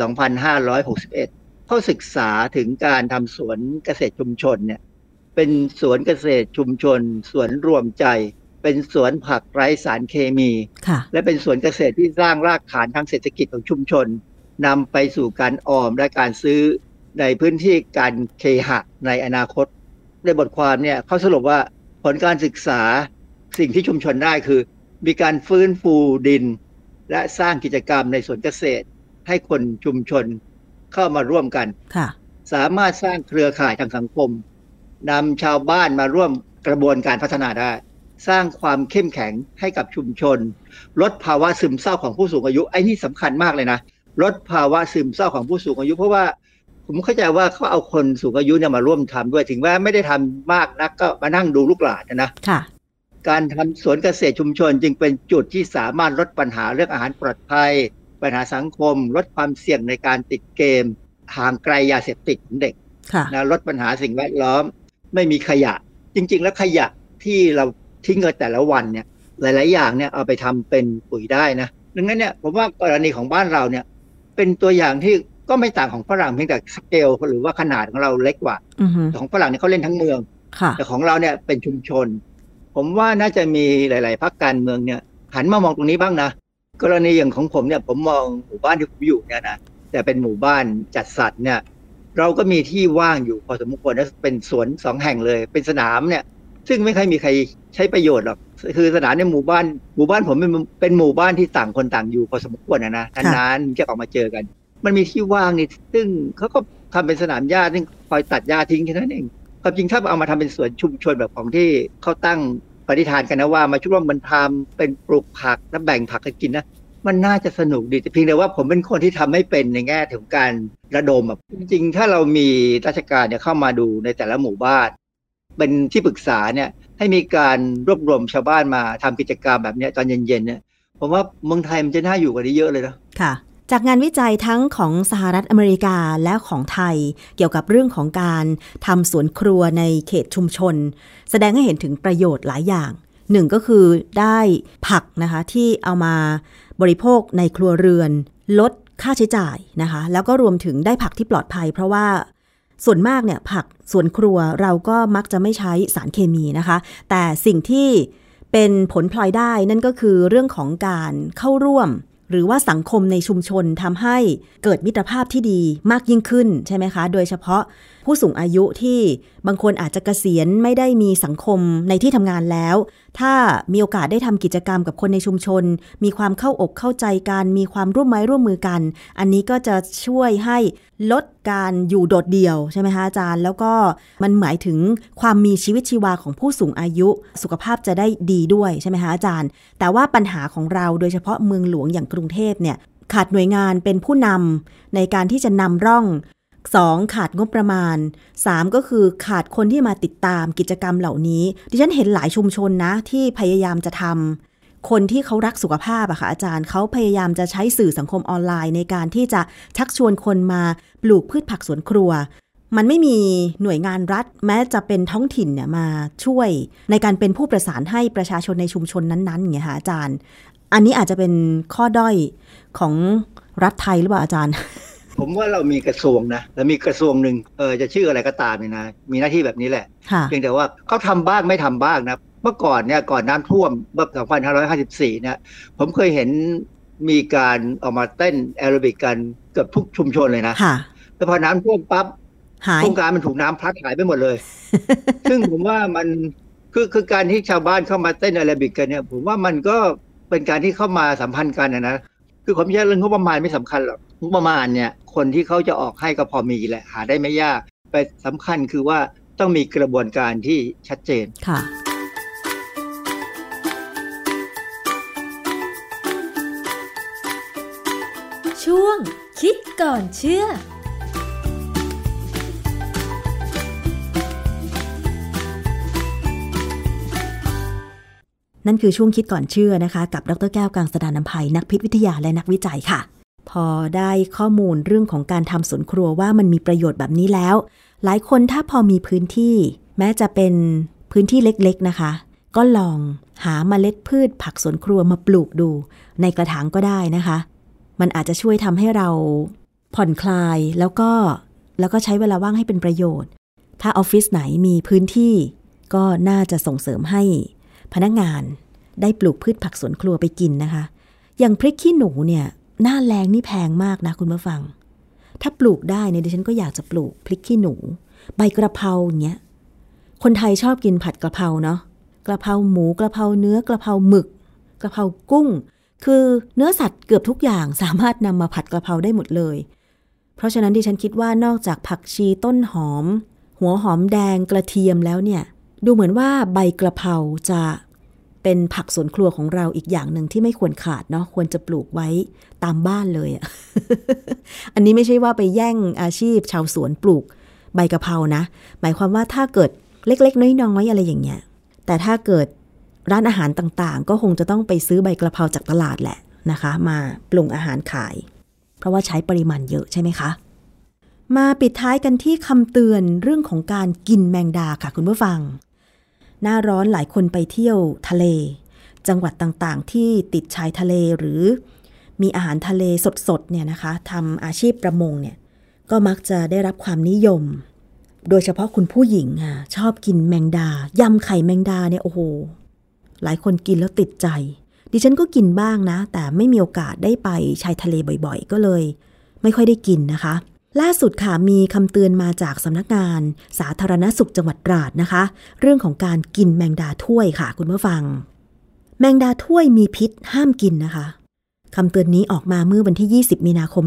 2561 เขาศึกษาถึงการทำสวนเกษตรชุมชนเนี่ยเป็นสวนเกษตรชุมชนสวนรวมใจเป็นสวนผักไร้สารเคมีและเป็นสวนเกษตรที่สร้างรากฐานทางเศรษฐกิจของชุมชนนำไปสู่การออมและการซื้อในพื้นที่การเคหะในอนาคตในบทความเนี่ยเขาสรุปว่าผลการศึกษาสิ่งที่ชุมชนได้คือมีการฟื้นฟูดินและสร้างกิจกรรมในสวนเกษตรให้คนชุมชนเข้ามาร่วมกันสามารถสร้างเครือข่ายทางสังคมนำชาวบ้านมาร่วมกระบวนการพัฒนาได้สร้างความเข้มแข็งให้กับชุมชนลดภาวะซึมเศร้าของผู้สูงอายุไอ้นี่สำคัญมากเลยนะลดภาวะซึมเศร้าของผู้สูงอายุเพราะว่าผมเข้าใจว่าเขาเอาคนสูงอายุเนี่ยมาร่วมทำด้วยถึงแม้ไม่ได้ทำมากนักก็มานั่งดูลูกหลานนะการทำสวนเกษตรชุมชนจึงเป็นจุดที่สามารถลดปัญหาเรื่องอาหารปลอดภัยปัญหาสังคมลดความเสี่ยงในการติดเกมห่างไกลยาเสพติดของเด็กนะลดปัญหาสิ่งแวดล้อมไม่มีขยะจริงๆแล้วขยะที่เราทิ้งกันแต่ละวันเนี่ยหลายๆอย่างเนี่ยเอาไปทำเป็นปุ๋ยได้นะดังนั้นเนี่ยผมว่ากรณีของบ้านเราเนี่ยเป็นตัวอย่างที่ก็ไม่ต่างของฝรั่งเพียงแต่สเกลหรือว่าขนาดของเราเล็กกว่าของฝรั่งเนี่ยเขาเล่นทั้งเมืองแต่ของเราเนี่ยเป็นชุมชนผมว่าน่าจะมีหลายๆพรรคการเมืองเนี่ยหันมามองตรงนี้บ้างนะกรณีอย่างของผมเนี่ยผมมองหมู่บ้านที่ผมอยู่เนี่ยนะแต่เป็นหมู่บ้านจัดสรรเนี่ยเราก็มีที่ว่างอยู่พอสมควรนะเป็นสวน2 แห่งเลยเป็นสนามเนี่ยซึ่งไม่เคยมีใครใช้ประโยชน์หรอกคือสนามในหมู่บ้านผมเป็นหมู่บ้านที่ต่างคนต่างอยู่พอสมควรนะนานๆจะออกมาเจอกันมันมีที่ว่างนี่ซึ่งเขาก็ทำเป็นสนามหญ้าซึ่งคอยตัดหญ้าทิ้งแค่นั้นเองความจริงถ้าเอามาทำเป็นสวนชุมชนแบบของที่เขาตั้งปฏิฐานกันนะว่ามาช่วยมันทำเป็นปลูกผักและแบ่งผักกันกินนะมันน่าจะสนุกดีแต่เพียงแต่ว่าผมเป็นคนที่ทำไม่เป็นในแง่ถึงการระดมจริงๆถ้าเรามีราชการเนี่ยเข้ามาดูในแต่ละหมู่บ้านเป็นที่ปรึกษาเนี่ยให้มีการรวบรวมชาวบ้านมาทำกิจกรรมแบบนี้ตอนเย็นๆเนี่ยผมว่าเมืองไทยมันจะน่าอยู่กว่านี้เยอะเลยนะค่ะจากงานวิจัยทั้งของสหรัฐอเมริกาและของไทยเกี่ยวกับเรื่องของการทำสวนครัวในเขตชุมชนแสดงให้เห็นถึงประโยชน์หลายอย่างหนึ่งก็คือได้ผักนะคะที่เอามาบริโภคในครัวเรือนลดค่าใช้จ่ายนะคะแล้วก็รวมถึงได้ผักที่ปลอดภัยเพราะว่าส่วนมากเนี่ยผักสวนครัวเราก็มักจะไม่ใช้สารเคมีนะคะแต่สิ่งที่เป็นผลพลอยได้นั่นก็คือเรื่องของการเข้าร่วมหรือว่าสังคมในชุมชนทำให้เกิดมิตรภาพที่ดีมากยิ่งขึ้นใช่ไหมคะโดยเฉพาะผู้สูงอายุที่บางคนอาจจะเกษียณไม่ได้มีสังคมในที่ทำงานแล้วถ้ามีโอกาสได้ทำกิจกรรมกับคนในชุมชนมีความเข้าอกเข้าใจกันมีความร่วมไม้ร่วมมือกันอันนี้ก็จะช่วยให้ลดการอยู่โดดเดี่ยวใช่ไหมคะอาจารย์แล้วก็มันหมายถึงความมีชีวิตชีวาของผู้สูงอายุสุขภาพจะได้ดีด้วยใช่ไหมคะอาจารย์แต่ว่าปัญหาของเราโดยเฉพาะเมืองหลวงอย่างกรุงเทพเนี่ยขาดหน่วยงานเป็นผู้นำในการที่จะนำร่อง2ขาดงบประมาณ3ก็คือขาดคนที่มาติดตามกิจกรรมเหล่านี้ดิฉันเห็นหลายชุมชนนะที่พยายามจะทำคนที่เขารักสุขภาพอะค่ะอาจารย์เขาพยายามจะใช้สื่อสังคมออนไลน์ในการที่จะชักชวนคนมาปลูกพืชผักสวนครัวมันไม่มีหน่วยงานรัฐแม้จะเป็นท้องถิ่นเนี่ยมาช่วยในการเป็นผู้ประสานให้ประชาชนในชุมชนนั้นๆอย่างเงี้ยค่ะอาจารย์อันนี้อาจจะเป็นข้อด้อยของรัฐไทยหรือเปล่าอาจารย์ผมว่าเรามีกระทรวงนะแล้วมีกระทรวงหนึ่งจะชื่ออะไรก็ตามเนี่ยนะมีหน้าที่แบบนี้แหละเพียงแต่ว่าเขาทำบ้างไม่ทำบ้างนะเมื่อก่อนเนี่ยก่อนน้ำท่วมเมื่อ 2554 เนี่ยผมเคยเห็นมีการออกมาเต้นแอโรบิกกันเกือบทุกชุมชนเลยนะแต่พอน้ำท่วมปั๊บโครงการมันถูกน้ำพัดหายไปหมดเลย ซึ่งผมว่ามันคือการที่ชาวบ้านเข้ามาเต้นแอโรบิกกันเนี่ยผมว่ามันก็เป็นการที่เข้ามาสัมพันธ์กันนะคือความยากเรื่องงบประมาณไม่สำคัญหรอกงบประมาณเนี่ยคนที่เขาจะออกให้ก็พอมีแหละหาได้ไม่ยากแต่สำคัญคือว่าต้องมีกระบวนการที่ชัดเจนค่ะช่วงคิดก่อนเชื่อนั่นคือช่วงคิดก่อนเชื่อนะคะกับดร.แก้วกังสดาลอำไพนักพิษวิทยาและนักวิจัยค่ะพอได้ข้อมูลเรื่องของการทำสวนครัวว่ามันมีประโยชน์แบบนี้แล้วหลายคนถ้าพอมีพื้นที่แม้จะเป็นพื้นที่เล็กๆนะคะก็ลองหาเมล็ดพืชผักสวนครัวมาปลูกดูในกระถางก็ได้นะคะมันอาจจะช่วยทำให้เราผ่อนคลายแล้วก็ใช้เวลาว่างให้เป็นประโยชน์ถ้าออฟฟิศไหนมีพื้นที่ก็น่าจะส่งเสริมให้พนักงานได้ปลูกพืชผักสวนครัวไปกินนะคะอย่างพริกขี้หนูเนี่ยหน้าแล้งนี่แพงมากนะคุณผู้ฟังถ้าปลูกได้เนี่ยดิฉันก็อยากจะปลูกพริกขี้หนูใบกระเพราอย่างเงี้ยคนไทยชอบกินผัดกระเพราเนาะกระเพราหมูกระเพราเนื้อกระเพราหมึกกระเพรากุ้งคือเนื้อสัตว์เกือบทุกอย่างสามารถนำมาผัดกระเพราได้หมดเลยเพราะฉะนั้นดิฉันคิดว่านอกจากผักชีต้นหอมหัวหอมแดงกระเทียมแล้วเนี่ยดูเหมือนว่าใบกระเพราจะเป็นผักสวนครัวของเราอีกอย่างหนึ่งที่ไม่ควรขาดเนาะควรจะปลูกไว้ตามบ้านเลยอ่ะ อันนี้ไม่ใช่ว่าไปแย่งอาชีพชาวสวนปลูกใบกระเพรานะหมายความว่าถ้าเกิดเล็กๆน้อยๆอะไรอย่างเงี้ยแต่ถ้าเกิดร้านอาหารต่างๆก็คงจะต้องไปซื้อใบกระเพราจากตลาดแหละนะคะมาปรุงอาหารขายเพราะว่าใช้ปริมาณเยอะใช่ไหมคะมาปิดท้ายกันที่คำเตือนเรื่องของการกินแมงดาค่ะคุณผู้ฟังหน้าร้อนหลายคนไปเที่ยวทะเลจังหวัดต่างๆที่ติดชายทะเลหรือมีอาหารทะเลสดๆเนี่ยนะคะทำอาชีพประมงเนี่ยก็มักจะได้รับความนิยมโดยเฉพาะคุณผู้หญิงค่ะชอบกินแมงดายำไข่แมงดาเนี่ยโอ้โหหลายคนกินแล้วติดใจดิฉันก็กินบ้างนะแต่ไม่มีโอกาสได้ไปชายทะเลบ่อยๆก็เลยไม่ค่อยได้กินนะคะล่าสุดค่ะมีคำเตือนมาจากสำนักงานสาธารณสุขจังหวัดตราดนะคะเรื่องของการกินแมงดาถ้วยค่ะคุณผู้ฟังแมงดาถ้วยมีพิษห้ามกินนะคะคำเตือนนี้ออกมาเมื่อวันที่20มีนาคม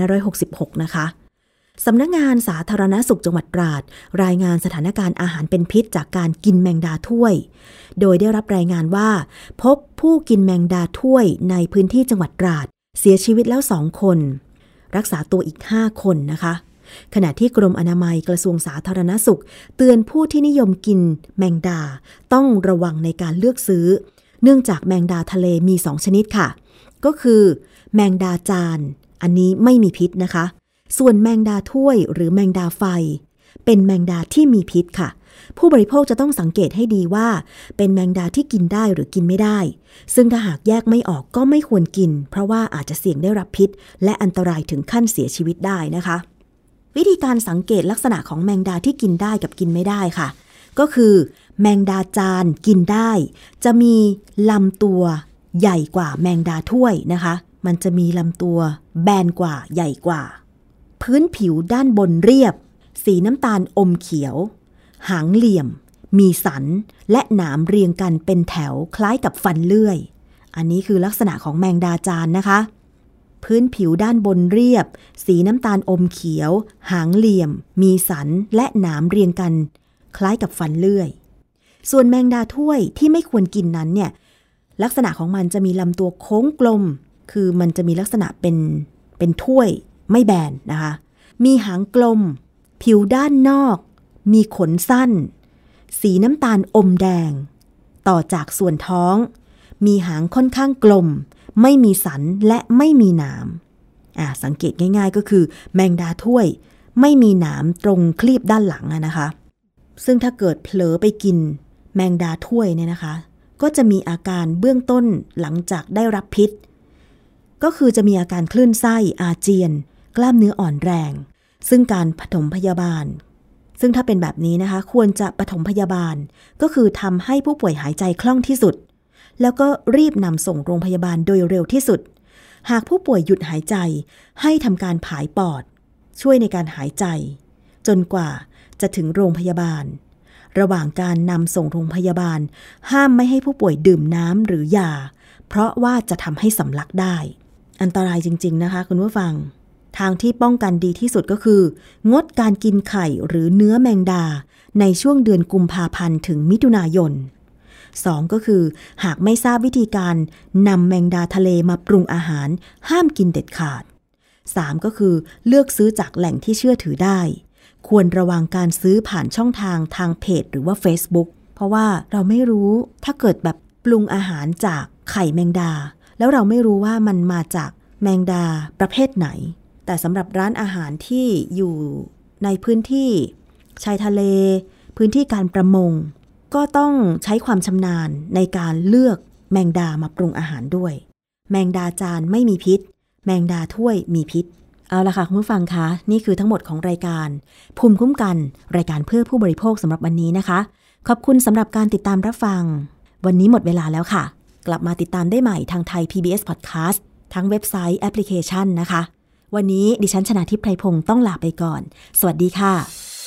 2566นะคะสำนักงานสาธารณสุขจังหวัดตราดรายงานสถานการณ์อาหารเป็นพิษจากการกินแมงดาถ้วยโดยได้รับรายงานว่าพบผู้กินแมงดาถ้วยในพื้นที่จังหวัดตราดเสียชีวิตแล้ว2 คนรักษาตัวอีก5 คนนะคะขณะที่กรมอนามัยกระทรวงสาธารณสุขเตือนผู้ที่นิยมกินแมงดาต้องระวังในการเลือกซื้อเนื่องจากแมงดาทะเลมี2 ชนิดค่ะก็คือแมงดาจานอันนี้ไม่มีพิษนะคะส่วนแมงดาถ้วยหรือแมงดาไฟเป็นแมงดาที่มีพิษค่ะผู้บริโภคจะต้องสังเกตให้ดีว่าเป็นแมงดาที่กินได้หรือกินไม่ได้ซึ่งถ้าหากแยกไม่ออกก็ไม่ควรกินเพราะว่าอาจจะเสี่ยงได้รับพิษและอันตรายถึงขั้นเสียชีวิตได้นะคะวิธีการสังเกตลักษณะของแมงดาที่กินได้กับกินไม่ได้ค่ะก็คือแมงดาจานกินได้จะมีลำตัวใหญ่กว่าแมงดาถ้วยนะคะมันจะมีลำตัวแบนกว่าใหญ่กว่าพื้นผิวด้านบนเรียบสีน้ำตาลอมเขียวหางเหลี่ยมมีสันและหนามเรียงกันเป็นแถวคล้ายกับฟันเลื่อยอันนี้คือลักษณะของแมงดาจานนะคะพื้นผิวด้านบนเรียบสีน้ำตาลอมเขียวหางเหลี่ยมมีสันและหนามเรียงกันคล้ายกับฟันเลื่อยส่วนแมงดาถ้วยที่ไม่ควรกินนั้นเนี่ยลักษณะของมันจะมีลำตัวโค้งกลมคือมันจะมีลักษณะเป็นถ้วยไม่แบนนะคะมีหางกลมผิวด้านนอกมีขนสั้นสีน้ำตาลอมแดงต่อจากส่วนท้องมีหางค่อนข้างกลมไม่มีสันและไม่มีหนามสังเกตง่ายๆก็คือแมงดาถ้วยไม่มีหนามตรงคลีบด้านหลังนะคะซึ่งถ้าเกิดเผลอไปกินแมงดาถ้วยเนี่ยนะคะก็จะมีอาการเบื้องต้นหลังจากได้รับพิษก็คือจะมีอาการคลื่นไส้อาเจียนกล้ามเนื้ออ่อนแรงซึ่งการปฐมพยาบาลซึ่งถ้าเป็นแบบนี้นะคะควรจะปฐมพยาบาลก็คือทำให้ผู้ป่วยหายใจคล่องที่สุดแล้วก็รีบนำส่งโรงพยาบาลโดยเร็วที่สุดหากผู้ป่วยหยุดหายใจให้ทำการผายปอดช่วยในการหายใจจนกว่าจะถึงโรงพยาบาลระหว่างการนำส่งโรงพยาบาลห้ามไม่ให้ผู้ป่วยดื่มน้ำหรือยาเพราะว่าจะทำให้สำลักได้อันตรายจริงๆนะคะคุณผู้ฟังทางที่ป้องกันดีที่สุดก็คืองดการกินไข่หรือเนื้อแมงดาในช่วงเดือนกุมภาพันธ์ถึงมิถุนายน 2ก็คือหากไม่ทราบวิธีการนำแมงดาทะเลมาปรุงอาหารห้ามกินเด็ดขาด 3ก็คือเลือกซื้อจากแหล่งที่เชื่อถือได้ควรระวังการซื้อผ่านช่องทางเพจหรือว่า Facebook เพราะว่าเราไม่รู้ถ้าเกิดแบบปรุงอาหารจากไข่แมงดาแล้วเราไม่รู้ว่ามันมาจากแมงดาประเภทไหนแต่สำหรับร้านอาหารที่อยู่ในพื้นที่ชายทะเลพื้นที่การประมงก็ต้องใช้ความชำนาญในการเลือกแมงดามาปรุงอาหารด้วยแมงดาจานไม่มีพิษแมงดาถ้วยมีพิษเอาล่ะค่ะคุณผู้ฟังคะนี่คือทั้งหมดของรายการภูมิคุ้มกันรายการเพื่อผู้บริโภคสำหรับวันนี้นะคะขอบคุณสำหรับการติดตามรับฟังวันนี้หมดเวลาแล้วค่ะกลับมาติดตามได้ใหม่ทางไทย PBS Podcast ทั้งเว็บไซต์แอปพลิเคชันนะคะวันนี้ดิฉันชนาทิพย์ไพรพงศ์ต้องลาไปก่อนสวัสดีค่ะ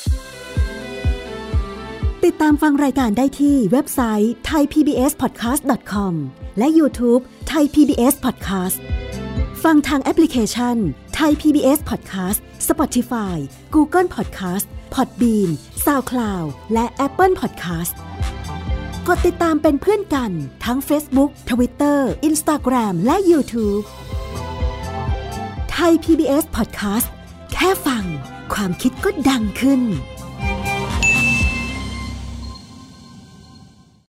ติดตามฟังรายการได้ที่เว็บไซต์ thaipbspodcast.com และ YouTube Thai PBS Podcast ฟังทางแอปพลิเคชัน Thai PBS Podcast Spotify Google Podcast Podbean SoundCloud และ Apple Podcast กดติดตามเป็นเพื่อนกันทั้ง Facebook Twitter Instagram และ YouTube Thai PBS Podcast แค่ฟังความคิดก็ดังขึ้น